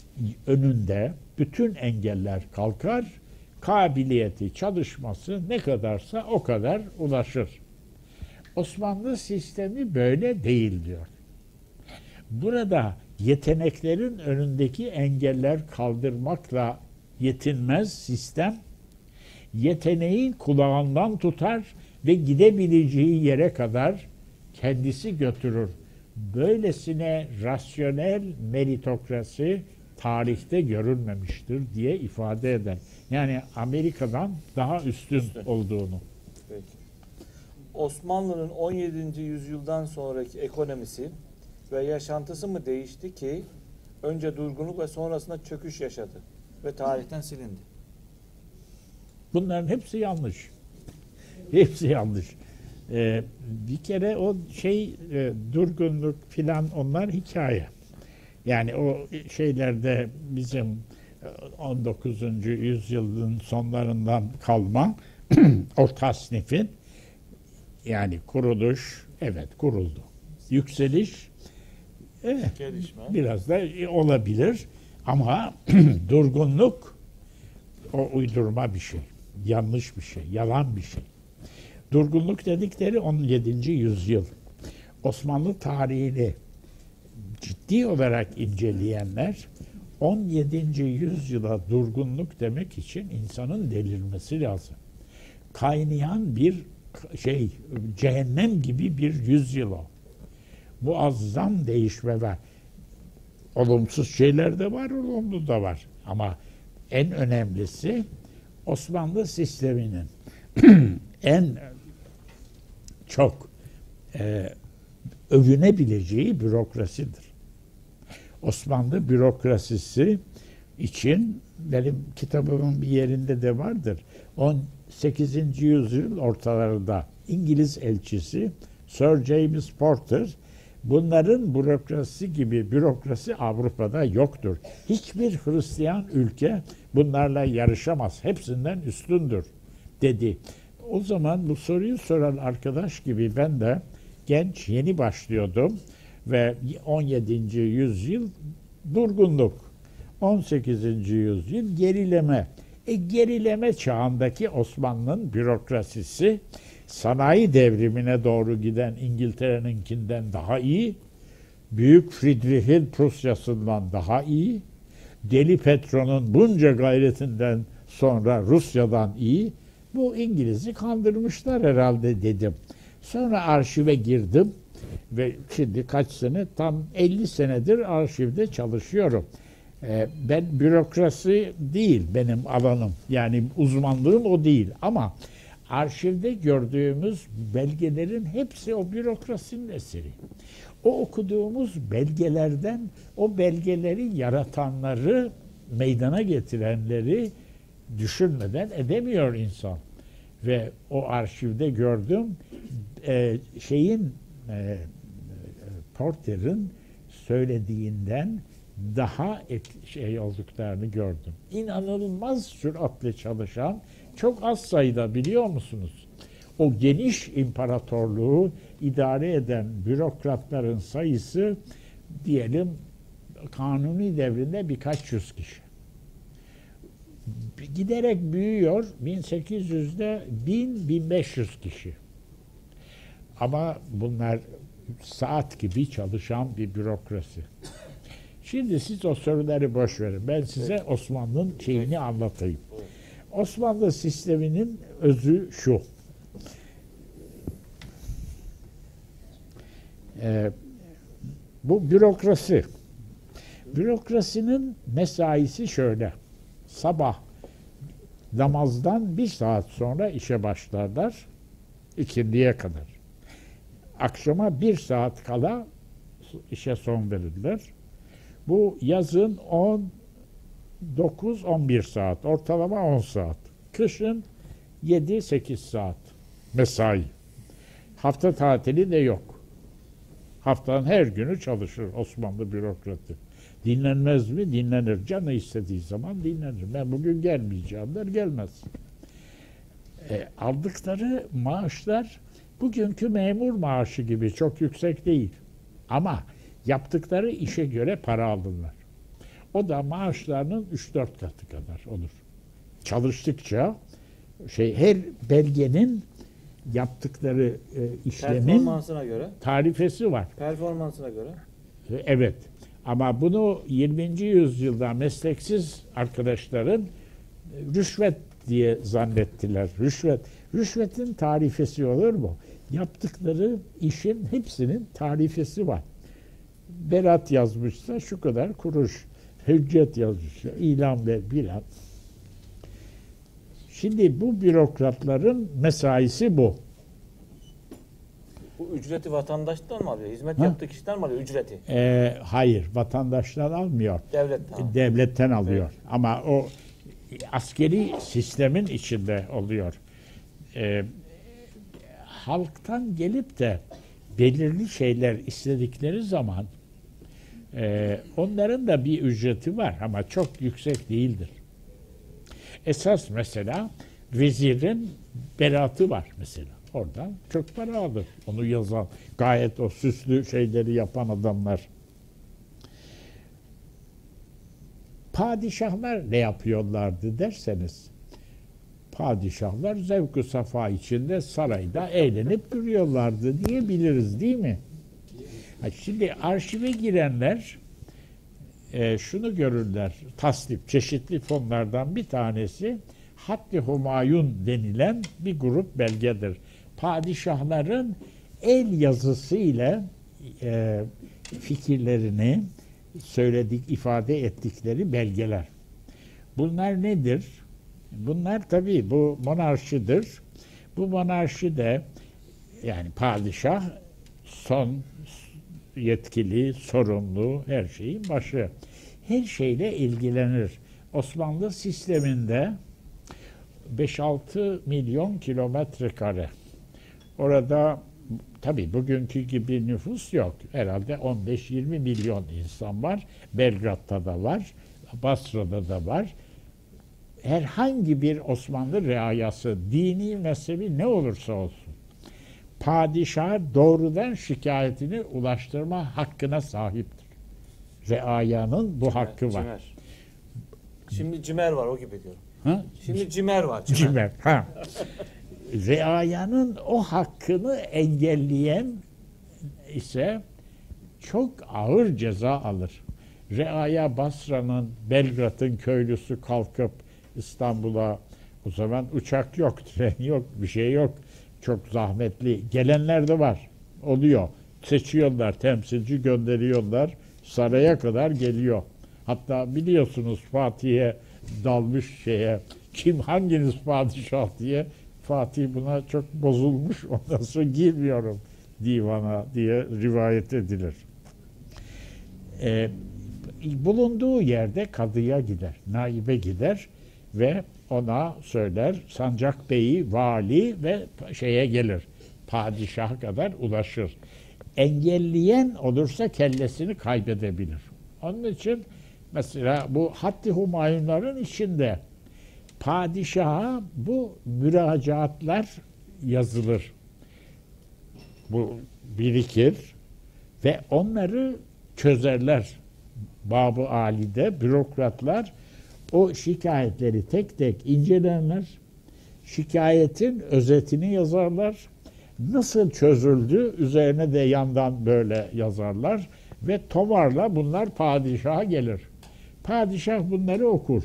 önünde bütün engeller kalkar, kabiliyeti, çalışması ne kadarsa o kadar ulaşır. Osmanlı sistemi böyle değil diyor. Burada yeteneklerin önündeki engeller kaldırmakla yetinmez sistem, yeteneğin kulağından tutar ve gidebileceği yere kadar kendisi götürür. Böylesine rasyonel meritokrasi tarihte görülmemiştir diye ifade eder. Yani Amerika'dan daha üstün, Üstün. olduğunu. Peki. Osmanlı'nın on yedinci yüzyıldan sonraki ekonomisi ve yaşantısı mı değişti ki önce durgunluk ve sonrasında çöküş yaşadı ve tarihten silindi? Bunların hepsi yanlış. Hepsi yanlış. Ee, bir kere o şey e, durgunluk filan onlar hikaye. Yani o şeylerde bizim on dokuzuncu yüzyılın sonlarından kalma o tasnifin yani kuruluş, evet kuruldu. Yükseliş evet, Gelişme. biraz da olabilir ama durgunluk o uydurma bir şey. Yanlış bir şey, yalan bir şey. Durgunluk dedikleri on yedinci yüzyıl. Osmanlı tarihini ciddi olarak inceleyenler on yedinci yüzyıla durgunluk demek için insanın delirmesi lazım. Kaynayan bir şey, cehennem gibi bir yüzyıl o. Muazzam değişme var. Olumsuz şeyler de var, olumlu da var. Ama en önemlisi Osmanlı sisteminin en çok e, övünebileceği bürokrasidir. Osmanlı bürokrasisi için benim kitabımın bir yerinde de vardır. on sekizinci yüzyıl ortalarında İngiliz elçisi Sir James Porter bunların bürokrasi gibi bürokrasi Avrupa'da yoktur. Hiçbir Hristiyan ülke bunlarla yarışamaz. Hepsinden üstündür dedi. O zaman bu soruyu soran arkadaş gibi ben de genç yeni başlıyordum ve on yedinci yüzyıl durgunluk, on sekizinci yüzyıl gerileme. E, gerileme çağındaki Osmanlı'nın bürokrasisi sanayi devrimine doğru giden İngiltere'ninkinden daha iyi, Büyük Friedrich'in Prusya'sından daha iyi, Deli Petro'nun bunca gayretinden sonra Rusya'dan iyi. Bu İngiliz'i kandırmışlar herhalde dedim. Sonra arşive girdim ve şimdi kaç sene, tam elli senedir arşivde çalışıyorum. Ee, ben bürokrasi değil benim alanım. Yani uzmanlığım o değil ama arşivde gördüğümüz belgelerin hepsi o bürokrasinin eseri. O okuduğumuz belgelerden o belgeleri yaratanları, meydana getirenleri düşünmeden edemiyor insan. Ve o arşivde gördüm e, şeyin e, Porter'ın söylediğinden daha et, şey olduklarını gördüm. İnanılmaz süratle çalışan çok az sayıda, biliyor musunuz? O geniş imparatorluğu idare eden bürokratların sayısı diyelim Kanuni devrinde birkaç yüz kişi. Giderek büyüyor. bin sekiz yüzde bin bin beş yüz kişi. Ama bunlar saat gibi çalışan bir bürokrasi. Şimdi siz o soruları boş verin. Ben size evet. Osmanlı'nın şeyini evet. anlatayım. Evet. Osmanlı sisteminin özü şu. Ee, bu bürokrasi. Bürokrasinin mesaisi şöyle. Sabah namazdan bir saat sonra işe başlarlar. İkindiye kadar. Akşama bir saat kala işe son verirler. Bu yazın on dokuz on bir saat. Ortalama on saat. Kışın yedi sekiz saat mesai. Hafta tatili de yok. Haftanın her günü çalışır Osmanlı bürokratı. Dinlenmez mi? Dinlenir. Canı istediği zaman dinlenir. Ben bugün gelmeyeceğim der, gelmez. E, aldıkları maaşlar bugünkü memur maaşı gibi çok yüksek değil. Ama yaptıkları işe göre para alırlar. O da maaşlarının üç dört katı kadar olur. Çalıştıkça şey her belgenin yaptıkları e, işlemin Performansına göre. tarifesi var. Performansına göre. E, Evet. Ama bunu yirminci yüzyılda mesleksiz arkadaşların e, rüşvet diye zannettiler. Rüşvet. Rüşvetin tarifesi olur mu? Yaptıkları işin hepsinin tarifesi var. Berat yazmışsa şu kadar kuruş. Hüccet yazmışsa ilan ve bilan. Şimdi bu bürokratların mesaisi bu. Bu ücreti vatandaştan mı alıyor? Hizmet Ha? yaptığı kişiden mi alıyor ücreti? Ee, hayır, vatandaştan almıyor. Devletten. alıyor. Devletten alıyor. Ama o askeri sistemin içinde oluyor. Ee, halktan gelip de belirli şeyler istedikleri zaman e, onların da bir ücreti var ama çok yüksek değildir. Esas mesela vezirin beratı var mesela. Oradan çok para alır. Onu yazan, gayet o süslü şeyleri yapan adamlar. Padişahlar ne yapıyorlardı derseniz, padişahlar zevk-ı safa içinde sarayda eğlenip duruyorlardı diyebiliriz değil mi? Ha, şimdi arşive girenler e, şunu görürler, tasnif, çeşitli fonlardan bir tanesi Hatt-ı Humayun denilen bir grup belgedir. Padişahların el yazısı ile e, fikirlerini söyledik, ifade ettikleri belgeler. Bunlar nedir? Bunlar tabii bu monarşidir. Bu monarşi de yani padişah son yetkili, sorumlu, her şeyin başı. Her şeyle ilgilenir. Osmanlı sisteminde beş altı milyon kilometre kare. Orada tabii bugünkü gibi nüfus yok. Herhalde on beş yirmi milyon insan var. Belgrad'da da var. Basra'da da var. Herhangi bir Osmanlı reayası, dini, mezhebi ne olursa olsun, padişaha doğrudan şikayetini ulaştırma hakkına sahiptir. Reayanın bu hakkı var. Cimer. Şimdi cimer var o gibi diyorum. Ha? Şimdi cimer var. Cimer. Cimer. Ha. Reayanın o hakkını engelleyen ise çok ağır ceza alır. Reaya Basra'nın, Belgrad'ın köylüsü kalkıp İstanbul'a, o zaman uçak yok, tren yok, bir şey yok. Çok zahmetli. Gelenler de var. Oluyor. Seçiyorlar, temsilci gönderiyorlar. Saraya kadar geliyor. Hatta biliyorsunuz Fatih'e dalmış şeye, kim hanginiz padişah diye, Fatih buna çok bozulmuş. Ondan sonra girmiyorum divana diye rivayet edilir. Ee, bulunduğu yerde kadıya gider, naibe gider ve ona söyler, Sancak Bey'i, vali ve şeye gelir. Padişaha kadar ulaşır. Engelleyen olursa kellesini kaybedebilir. Onun için mesela bu Hatt-ı Humayunların içinde padişaha bu müracaatlar yazılır. Bu birikir ve onları çözerler. Bab-ı Ali'de bürokratlar o şikayetleri tek tek incelerler. Şikayetin özetini yazarlar. Nasıl çözüldü üzerine de yandan böyle yazarlar ve tomarla bunlar padişaha gelir. Padişah bunları okur.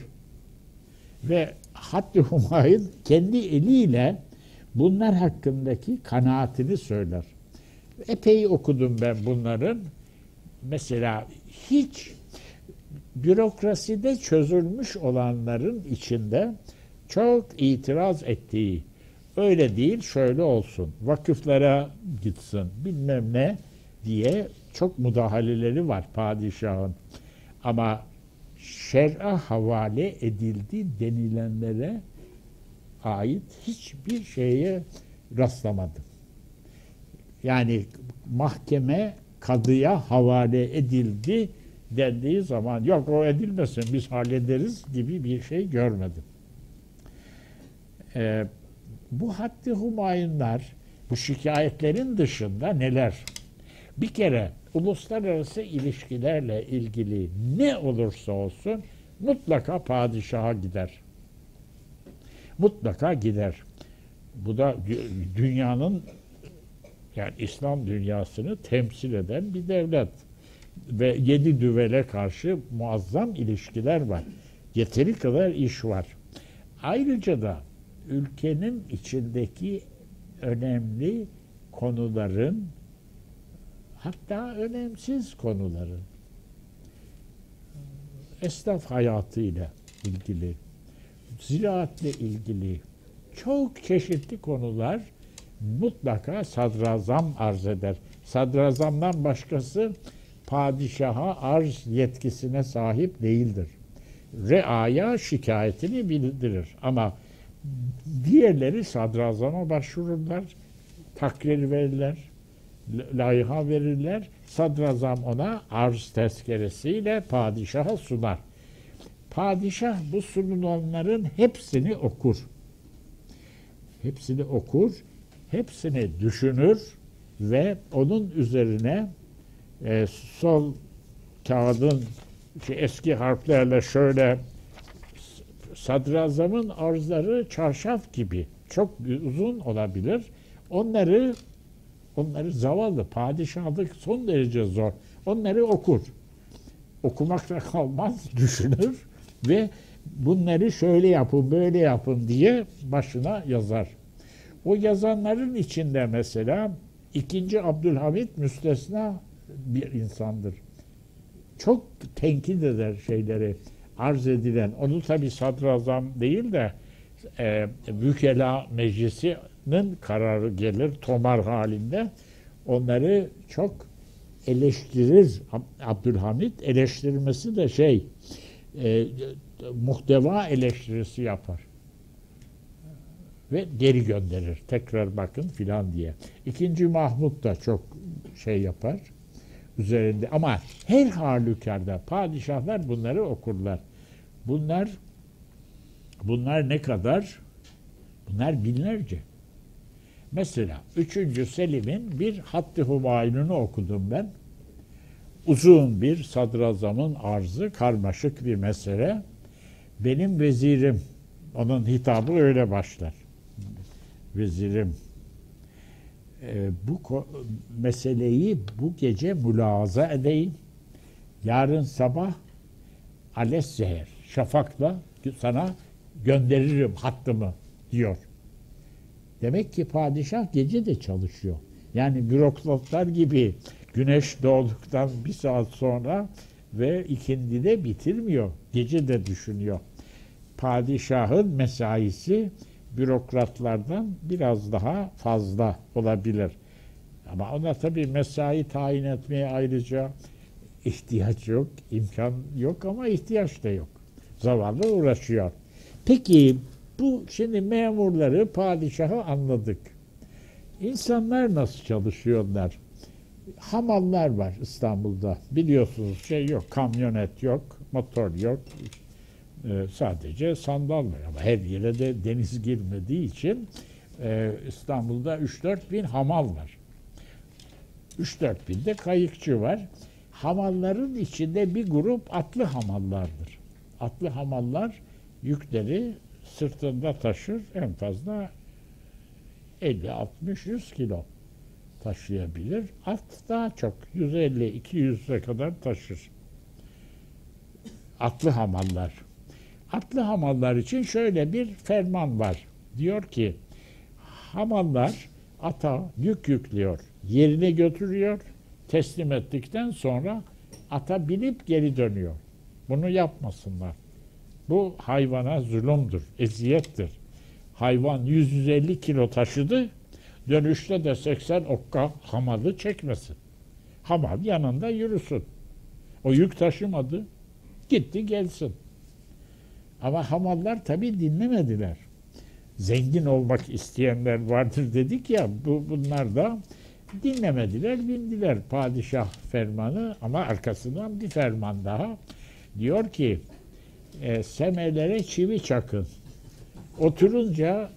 Ve Hatt-ı Humayun kendi eliyle bunlar hakkındaki kanaatini söyler. Epey okudum ben bunların. Mesela hiç bürokraside çözülmüş olanların içinde çok itiraz ettiği, öyle değil şöyle olsun, vakıflara gitsin bilmem ne diye çok müdahaleleri var padişahın. Ama şer'a havale edildi denilenlere ait hiçbir şeye rastlamadım. Yani mahkeme kadıya havale edildi dendiği zaman yok o edilmesin biz hallederiz gibi bir şey görmedim. Ee, bu Hatt-ı Humayunlar bu şikayetlerin dışında neler? Bir kere uluslararası ilişkilerle ilgili ne olursa olsun mutlaka padişaha gider. Mutlaka gider. Bu da dünyanın, yani İslam dünyasını temsil eden bir devlet. Ve yedi düvele karşı muazzam ilişkiler var. Yeteri kadar iş var. Ayrıca da ülkenin içindeki önemli konuların, hatta önemsiz konuların, esnaf hayatıyla ilgili, ziraatle ilgili çok çeşitli konular mutlaka sadrazam arz eder. Sadrazamdan başkası padişaha arz yetkisine sahip değildir. Reaya şikayetini bildirir. Ama diğerleri sadrazama başvururlar, takrir verirler, layıha verirler. Sadrazam ona arz tezkeresiyle padişaha sunar. Padişah bu sunulanların hepsini okur. Hepsini okur, hepsini düşünür ve onun üzerine e, sol kağıdın şey, eski harflerle şöyle, sadrazamın arzları çarşaf gibi çok uzun olabilir. Onları onları zavallı padişahlık son derece zor. Onları okur. Okumakla kalmaz, düşünür ve bunları şöyle yapın, böyle yapın diye başına yazar. O yazanların içinde mesela ikinci Abdülhamit müstesna bir insandır. Çok tenkit eder şeyleri, arz edilen. Onu tabi sadrazam değil de e, Vükela Meclisi'nin kararı gelir tomar halinde. Onları çok eleştirir Abdülhamit. Eleştirmesi de şey, e, muhteva eleştirisi yapar. Ve geri gönderir. Tekrar bakın filan diye. İkinci Mahmut da çok şey yapar üzerinde. Ama her halükarda padişahlar bunları okurlar. Bunlar bunlar ne kadar? Bunlar binlerce. Mesela üçüncü Selim'in bir Hattı Humayun'unu okudum ben. Uzun bir sadrazamın arzı, karmaşık bir mesele. Benim vezirim, onun hitabı öyle başlar. Vezirim, e, bu meseleyi bu gece mülahaza edeyim. Yarın sabah ales seher, şafakla sana gönderirim hattımı diyor. Demek ki padişah gece de çalışıyor. Yani bürokratlar gibi güneş doğduktan bir saat sonra ve ikindide bitirmiyor. Gece de düşünüyor. Padişahın mesaisi bürokratlardan biraz daha fazla olabilir. Ama ona tabii mesai tayin etmeye ayrıca ihtiyaç yok, imkan yok ama ihtiyaç da yok. Zavallı uğraşıyor. Peki bu şimdi memurları, padişahı anladık. İnsanlar nasıl çalışıyorlar? Hamallar var İstanbul'da. Biliyorsunuz şey yok, kamyonet yok, motor yok. Ee, sadece sandal var. Ama her yere de deniz girmediği için e, İstanbul'da üç dört bin hamal var. üç dört bin de kayıkçı var. Hamalların içinde bir grup atlı hamallardır. Atlı hamallar yükleri sırtında taşır, en fazla elli altmış yüz kilo taşıyabilir. At daha çok yüz elli iki yüze kadar taşır. Atlı hamallar. Atlı hamallar için şöyle bir ferman var. Diyor ki hamallar ata yük yüklüyor, yerine götürüyor, teslim ettikten sonra ata binip geri dönüyor. Bunu yapmasınlar. Bu hayvana zulümdür, eziyettir. Hayvan yüz yüz elli kilo taşıdı, dönüşte de seksen okka hamalı çekmesin. Hamal yanında yürüsün. O yük taşımadı, gitti gelsin. Ama hamallar tabii dinlemediler. Zengin olmak isteyenler vardır dedik ya, bu, bunlar da dinlemediler, bindiler. Padişah fermanı ama arkasından bir ferman daha. Diyor ki, e, semerlere çivi çakın. Oturunca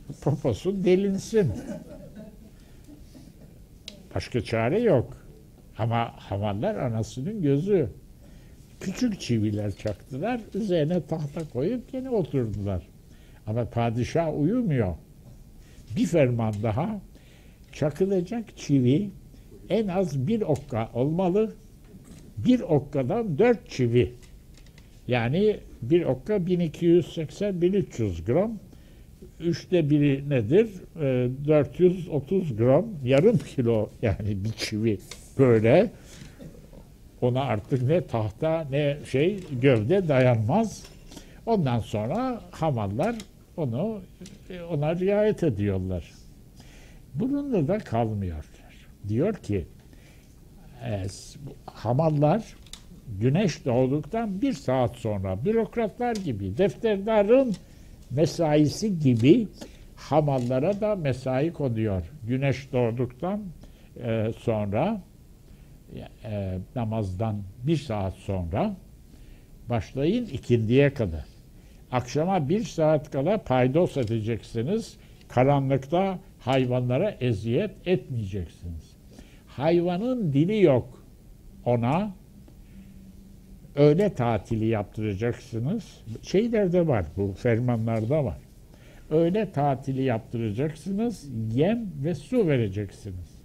poposu delinsin. Başka çare yok. Ama hamallar anasının gözü. Küçük çiviler çaktılar, üzerine tahta koyup gene oturdular. Ama padişah uyumuyor. Bir ferman daha, çakılacak çivi en az bir okka olmalı. Bir okkadan dört çivi. Yani bir okka bin iki yüz seksen bin üç yüz gram. Üçte biri nedir? E, dört yüz otuz gram, yarım kilo yani bir çivi böyle. Ona artık ne tahta ne şey gövde dayanmaz. Ondan sonra hamallar onu ona riayet ediyorlar. Bununla da kalmıyorlar. Diyor ki e, hamallar güneş doğduktan bir saat sonra bürokratlar gibi, defterdarın mesaisi gibi hamallara da mesai konuyor. Güneş doğduktan e, sonra e, namazdan bir saat sonra başlayın ikindiye kadar. Akşama bir saat kala paydos edeceksiniz. Karanlıkta hayvanlara eziyet etmeyeceksiniz. Hayvanın dili yok. Ona öğle tatili yaptıracaksınız. Şeylerde var bu, fermanlarda var. Öğle tatili yaptıracaksınız, yem ve su vereceksiniz.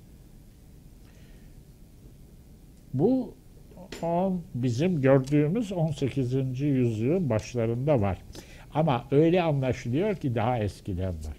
Bu on, bizim gördüğümüz on sekizinci yüzyılın başlarında var. Ama öyle anlaşılıyor ki daha eskiden var.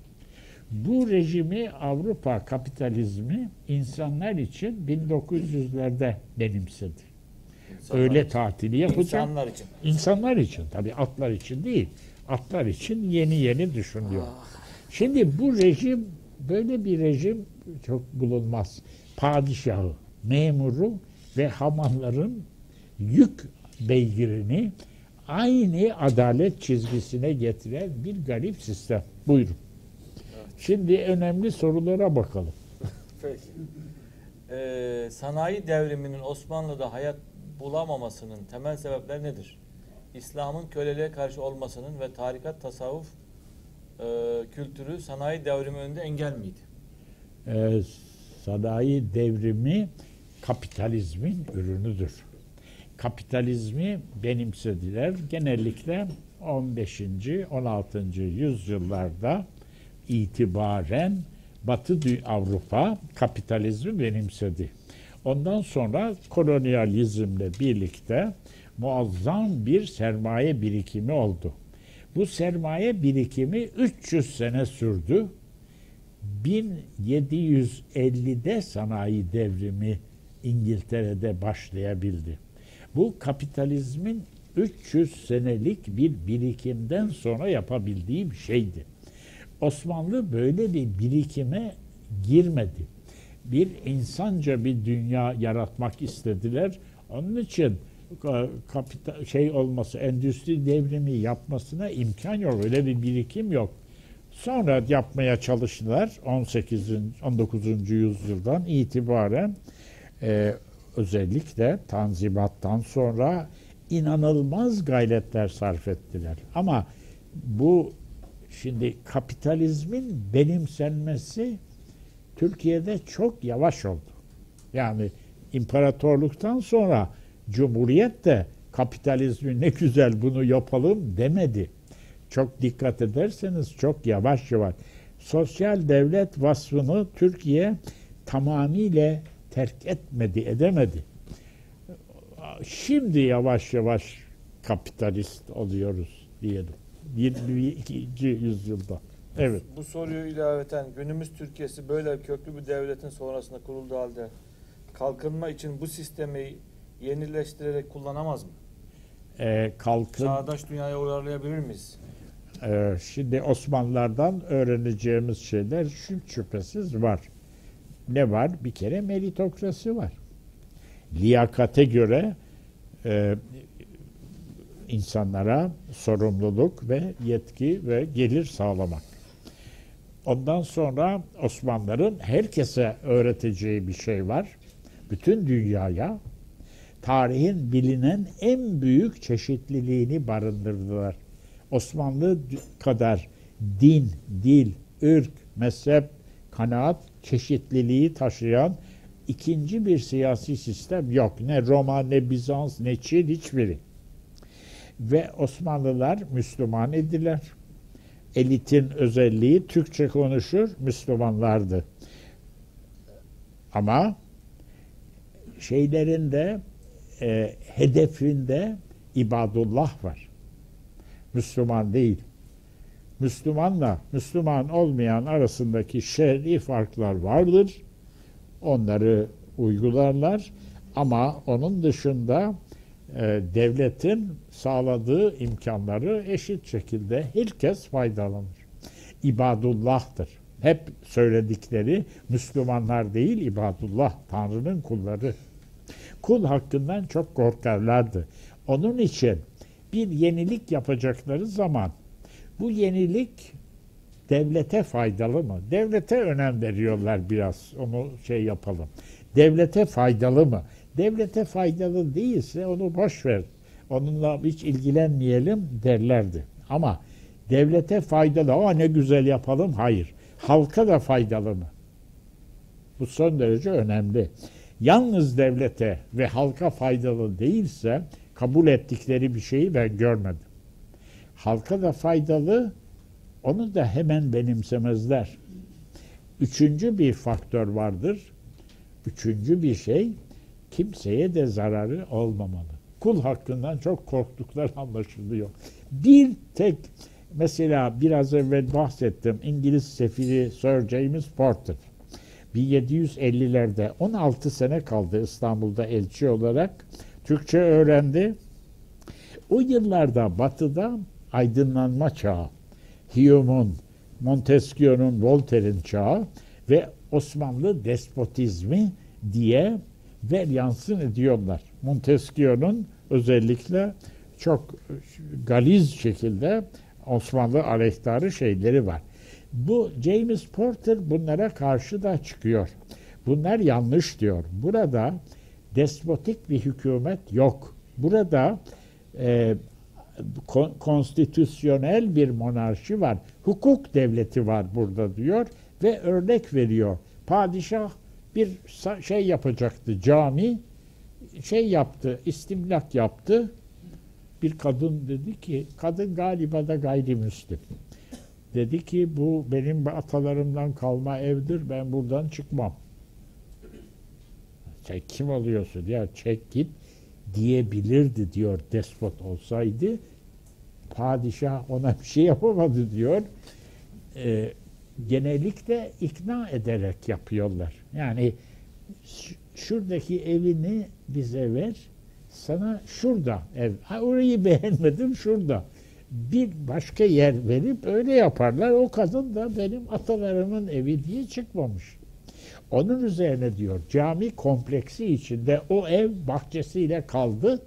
Bu rejimi Avrupa kapitalizmi insanlar için bin dokuz yüzlerde benimsedi. İnsanlar öğle tatili yapacak. İnsanlar için. İnsanlar için. Tabii atlar için değil. Atlar için yeni yeni düşünüyor. Ah. Şimdi bu rejim, böyle bir rejim çok bulunmaz. Padişahı, memuru ve hamalların yük beygirini aynı adalet çizgisine getiren bir garip sistem. Buyurun. Evet. Şimdi önemli sorulara bakalım. Peki. Ee, sanayi devriminin Osmanlı'da hayat bulamamasının temel sebepleri nedir? İslam'ın köleliğe karşı olmasının ve tarikat tasavvuf e, kültürü sanayi devrimi önünde engel miydi? Ee, sanayi devrimi kapitalizmin ürünüdür. Kapitalizmi benimsediler. Genellikle on beşinci on altıncı yüzyıllarda itibaren Batı Avrupa kapitalizmi benimsedi. Ondan sonra kolonyalizmle birlikte muazzam bir sermaye birikimi oldu. Bu sermaye birikimi üç yüz sene sürdü. bin yedi yüz ellide sanayi devrimi İngiltere'de başlayabildi. Bu kapitalizmin üç yüz senelik bir birikimden sonra yapabildiği bir şeydi. Osmanlı böyle bir birikime girmedi. Bir insanca bir dünya yaratmak istediler. Onun için kapital şey olması, endüstri devrimi yapmasına imkan yok. Öyle bir birikim yok. Sonra yapmaya çalıştılar. on sekizinci on dokuzuncu yüzyıldan itibaren e, özellikle Tanzimat'tan sonra inanılmaz gayretler sarf ettiler. Ama bu şimdi kapitalizmin benimsenmesi Türkiye'de çok yavaş oldu. Yani imparatorluktan sonra Cumhuriyet de kapitalizmi ne güzel bunu yapalım demedi. Çok dikkat ederseniz çok yavaş yavaş. Sosyal devlet vasfını Türkiye tamamıyla terk etmedi, edemedi. Şimdi yavaş yavaş kapitalist oluyoruz diyelim. yirmi ikinci yüzyılda. Evet. Bu soruyu ilaveten günümüz Türkiye'si böyle köklü bir devletin sonrasında kurulduğu halde kalkınma için bu sistemi yenileştirerek kullanamaz mı? Ee, kalkın, Çağdaş dünyaya uyarlayabilir miyiz? e, şimdi Osmanlılardan öğreneceğimiz şeyler şu şüphesiz var. Ne var? Bir kere meritokrasi var. Liyakate göre e, insanlara sorumluluk ve yetki ve gelir sağlamak. Ondan sonra Osmanlıların herkese öğreteceği bir şey var. Bütün dünyaya tarihin bilinen en büyük çeşitliliğini barındırdılar. Osmanlı kadar din, dil, ırk, mezhep, kanaat çeşitliliği taşıyan ikinci bir siyasi sistem yok. Ne Roma, ne Bizans, ne Çin, hiçbiri. Ve Osmanlılar Müslüman idiler. Elitin özelliği Türkçe konuşur, Müslümanlardı. Ama şeylerinde, e, hedefinde ibadullah var. Müslüman değil. Müslümanla Müslüman olmayan arasındaki şer'i farklar vardır. Onları uygularlar. Ama onun dışında e, devletin sağladığı imkanları eşit şekilde herkes faydalanır. İbadullah'tır. Hep söyledikleri Müslümanlar değil, ibadullah, Tanrı'nın kulları. Kul hakkından çok korkarlardı. Onun için bir yenilik yapacakları zaman bu yenilik devlete faydalı mı? Devlete önem veriyorlar biraz. Onu şey yapalım. Devlete faydalı mı? Devlete faydalı değilse onu boş ver. Onunla hiç ilgilenmeyelim derlerdi. Ama devlete faydalı, aa ne güzel yapalım. Hayır. Halka da faydalı mı? Bu son derece önemli. Yalnız devlete ve halka faydalı değilse kabul ettikleri bir şeyi ben görmedim. Halka da faydalı, onu da hemen benimsemezler. Üçüncü bir faktör vardır. Üçüncü bir şey, kimseye de zararı olmamalı. Kul hakkından çok korktukları anlaşılıyor. Bir tek, mesela biraz evvel bahsettim, İngiliz sefiri Sir James Porter. bin yedi yüz ellilerde on altı sene kaldı İstanbul'da elçi olarak. Türkçe öğrendi. O yıllarda Batı'da aydınlanma çağı, Hume'un, Montesquieu'nun, Voltaire'in çağı ve Osmanlı despotizmi diye ver yansın ediyorlar. Montesquieu'nun özellikle çok galiz şekilde Osmanlı aleyhtarı şeyleri var. Bu James Porter bunlara karşı da çıkıyor. Bunlar yanlış diyor. Burada despotik bir hükümet yok. Burada e, kon, konstitüsyonel bir monarşi var. Hukuk devleti var burada diyor ve örnek veriyor. Padişah bir şey yapacaktı, cami şey yaptı, istimlak yaptı. Bir kadın dedi ki, kadın galiba da gayrimüslim. Dedi ki bu benim atalarımdan kalma evdir, ben buradan çıkmam. Sen kim oluyorsun ya, çek git diyebilirdi diyor despot olsaydı. Padişah ona bir şey yapamadı diyor. Ee, genellikle ikna ederek yapıyorlar. Yani şuradaki evini bize ver, sana şurada ev, ha orayı beğenmedim şurada. Bir başka yer verip öyle yaparlar. O kadın da benim atalarımın evi diye çıkmamış. Onun üzerine diyor cami kompleksi içinde o ev bahçesiyle kaldı.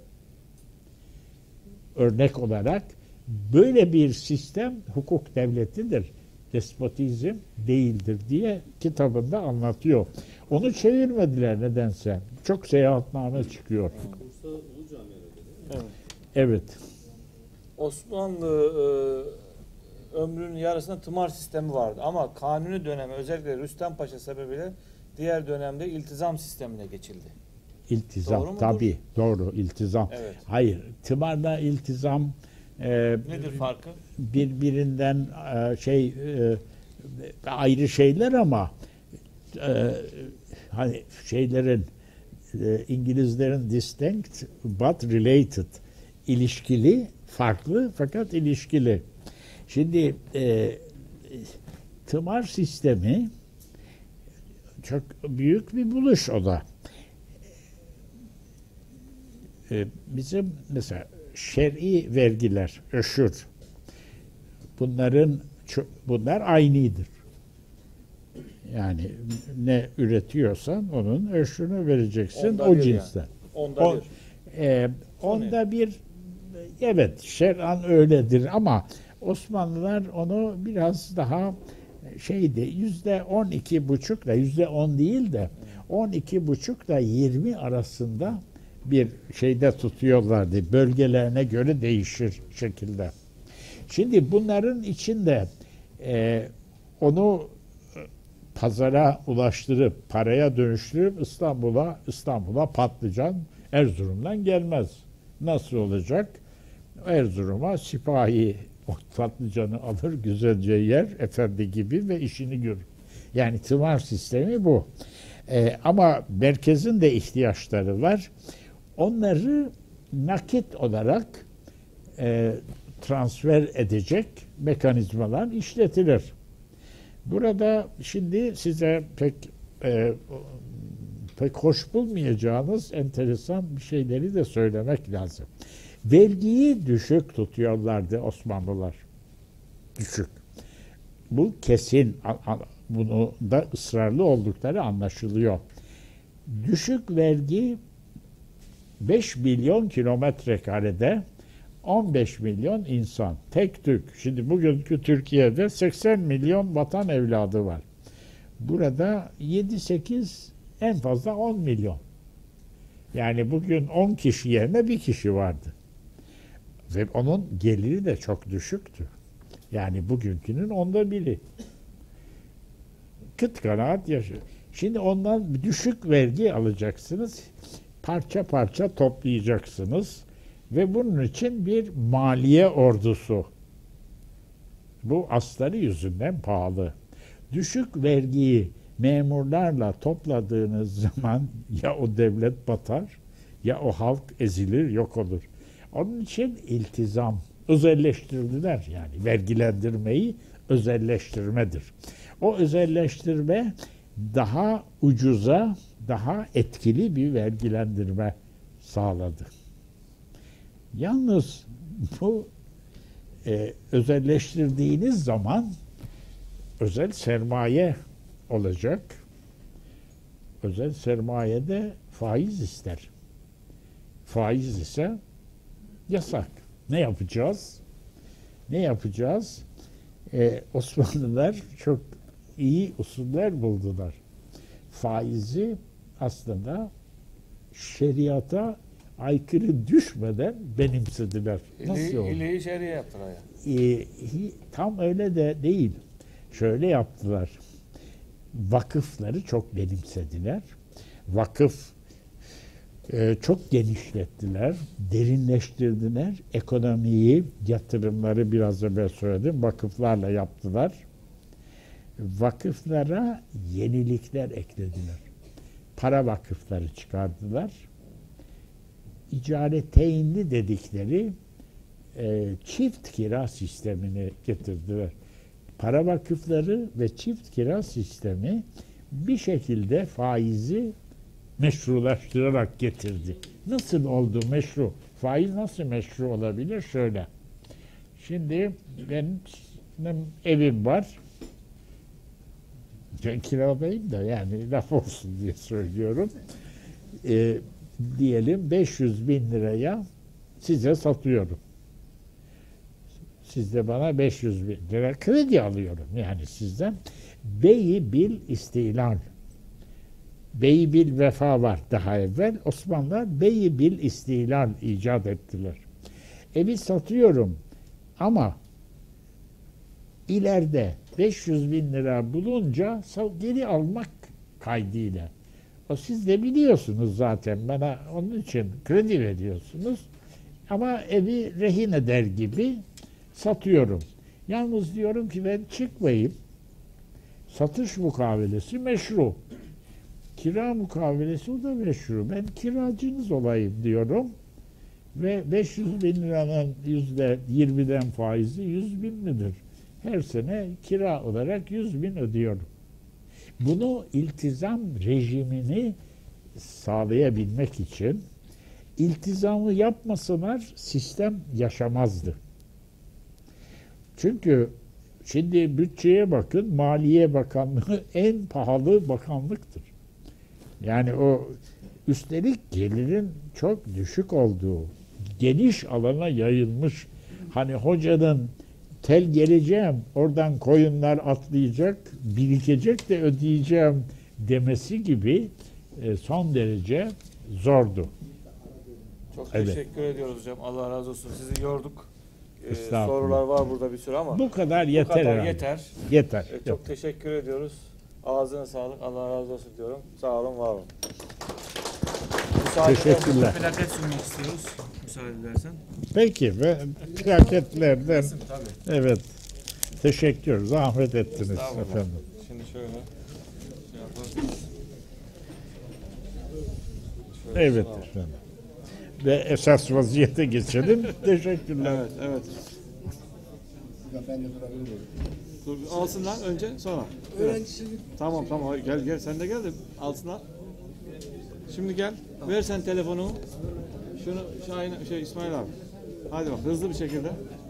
Örnek olarak böyle bir sistem hukuk devletidir. Despotizm değildir diye kitabında anlatıyor. Onu çevirmediler nedense. Çok seyahatname çıkıyor. Bursa Ulu Cami herhalde değil mi? Evet. Evet. Osmanlı e, ömrünün yarısında tımar sistemi vardı ama Kanuni dönemi özellikle Rüstem Paşa sebebiyle diğer dönemde iltizam sistemine geçildi. İltizam Doğru mudur? tabii doğru iltizam. Evet. Hayır, tımarla iltizam e, Nedir farkı? birbirinden e, şey e, ayrı şeyler ama e, hani şeylerin e, İngilizlerin distinct but related, ilişkili, farklı fakat ilişkili. Şimdi e, tımar sistemi çok büyük bir buluş o da. E, bizim mesela şer'i vergiler, öşür, bunların bunlar aynıdır. Yani ne üretiyorsan onun öşrünü vereceksin Onda o bir cinsten. yani. Onda O, bir. e, onda bir evet şer'an öyledir ama Osmanlılar onu biraz daha şeydi yüzde on iki buçukla yüzde on değil de on iki buçukla yirmi arasında bir şeyde tutuyorlardı. Bölgelerine göre değişir şekilde. Şimdi bunların içinde e, onu pazara ulaştırıp paraya dönüştürüp İstanbul'a İstanbul'a patlıcan Erzurum'dan gelmez. Nasıl olacak? Erzurum'a sipahi o patlıcanı alır, güzelce yer, efendi gibi ve işini görür. Yani tımar sistemi bu. Ee, ama merkezin de ihtiyaçları var. Onları nakit olarak e, transfer edecek mekanizmalar işletilir. Burada şimdi size pek e, pek hoş bulmayacağınız enteresan bir şeyleri de söylemek lazım. Vergiyi düşük tutuyorlardı Osmanlılar. Düşük. Bu kesin. Bunu da ısrarlı oldukları anlaşılıyor. Düşük vergi beş milyon kilometre karede on beş milyon insan. Tek tük. Şimdi bugünkü Türkiye'de seksen milyon vatan evladı var. Burada yedi sekiz, en fazla on milyon. Yani bugün on kişi yerine bir kişi vardı. Ve onun geliri de çok düşüktü. Yani bugünkünün onda biri. Kıt kanaat yaşıyor. Şimdi ondan düşük vergi alacaksınız. Parça parça toplayacaksınız. Ve bunun için bir maliye ordusu. Bu asları yüzünden pahalı. Düşük vergiyi memurlarla topladığınız zaman ya o devlet batar ya o halk ezilir, yok olur. Onun için iltizam, özelleştirdiler yani vergilendirmeyi özelleştirmedir. O özelleştirme daha ucuza, daha etkili bir vergilendirme sağladı. Yalnız bu e, özelleştirdiğiniz zaman özel sermaye olacak. Özel sermaye de faiz ister. Faiz ise yasak. Ne yapacağız? Ne yapacağız? Ee, Osmanlılar çok iyi usuller buldular. Faizi aslında şeriata aykırı düşmeden benimsediler. Nasıl oldu? İleyi şeriye yaptılar yani. Ee, tam öyle de değil. Şöyle yaptılar. Vakıfları çok benimsediler. Vakıf e, çok genişlettiler, derinleştirdiler. Ekonomiyi, yatırımları biraz evvel söyledim, vakıflarla yaptılar. Vakıflara yenilikler eklediler. Para vakıfları çıkardılar. İcareteyni dedikleri e, çift kira sistemini getirdiler. Para vakıfları ve çift kira sistemi bir şekilde faizi meşrulaştırarak getirdi. Nasıl oldu meşru? Faiz nasıl meşru olabilir? Şöyle. Şimdi benim evim var. Ben kiradayım da yani laf olsun diye söylüyorum. Ee, diyelim beş yüz bin liraya size satıyorum. Siz de bana beş yüz bin lira kredi alıyorum yani sizden. Beyi bil istihlal. Beyi bil vefa var daha evvel. Osmanlılar beyi bil istihlal icat ettiler. Evi satıyorum ama ileride beş yüz bin lira bulunca geri almak kaydıyla. O siz de biliyorsunuz zaten, bana onun için kredi veriyorsunuz. Ama evi rehin eder gibi satıyorum. Yalnız diyorum ki ben çıkmayayım. Satış mukavelesi meşru. Kira mukavelesi o da meşru. Ben kiracınız olayım diyorum. Ve beş yüz bin liranın yüzde yirmiden faizi yüz bin midir? Her sene kira olarak yüz bin ödüyorum. Bunu iltizam rejimini sağlayabilmek için iltizamı yapmasalar sistem yaşamazdı. Çünkü şimdi bütçeye bakın, Maliye Bakanlığı en pahalı bakanlıktır. Yani o üstelik gelirin çok düşük olduğu, geniş alana yayılmış, hani hocanın tel geleceğim, oradan koyunlar atlayacak, birikecek de ödeyeceğim demesi gibi e, son derece zordu. Çok Evet. teşekkür ediyoruz hocam. Allah razı olsun. Sizi yorduk. Ee, Estağfurullah. sorular var burada bir sürü ama Bu kadar bu yeter kadar herhalde. yeter. Yeter. Ee, çok yeter. teşekkür ediyoruz. Ağzına sağlık. Allah razı olsun diyorum. Sağ olun, var olun. Müsaade Teşekkürler. edersen plaket sunmak istiyoruz. Müsaade edersen. Peki ve plaketlerden Resim tabii. evet teşekkür zahmet ettiniz Estağfurullah. efendim. Şimdi şöyle şey yapalım. Şöyle Evet sunalım. efendim. Ve esas vaziyete geçelim. Teşekkürler. Evet, evet. Dur, alsınlar önce sonra. Öğrencilik. Tamam tamam gel gel sen de gel de alsınlar. Şimdi gel. Ver sen telefonunu. Şunu Şahin şey İsmail abi. Hadi bak hızlı bir şekilde.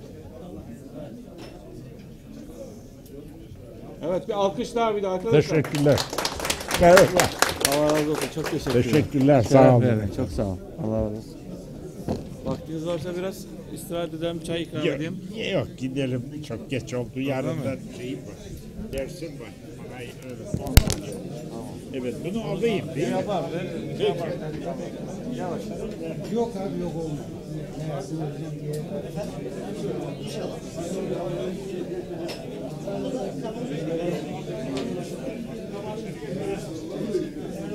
Evet bir alkış daha bir de arkadaşlar. Teşekkürler. Evet. Allah razı olsun. Çok teşekkür ederim. Teşekkürler. Şeref Sağ olun. verdin, Çok sağ ol. Allah razı olsun. Vaktiniz varsa biraz istirahat edelim, çay ikram Yok, edeyim. yok gidelim. Çok geç oldu. Yarından şeyim var. Dersim var. Bana öyle. Evet bunu alayım değil mi? Yapar. Ver, yapar. Yavaş. Yok abi yok olmaz.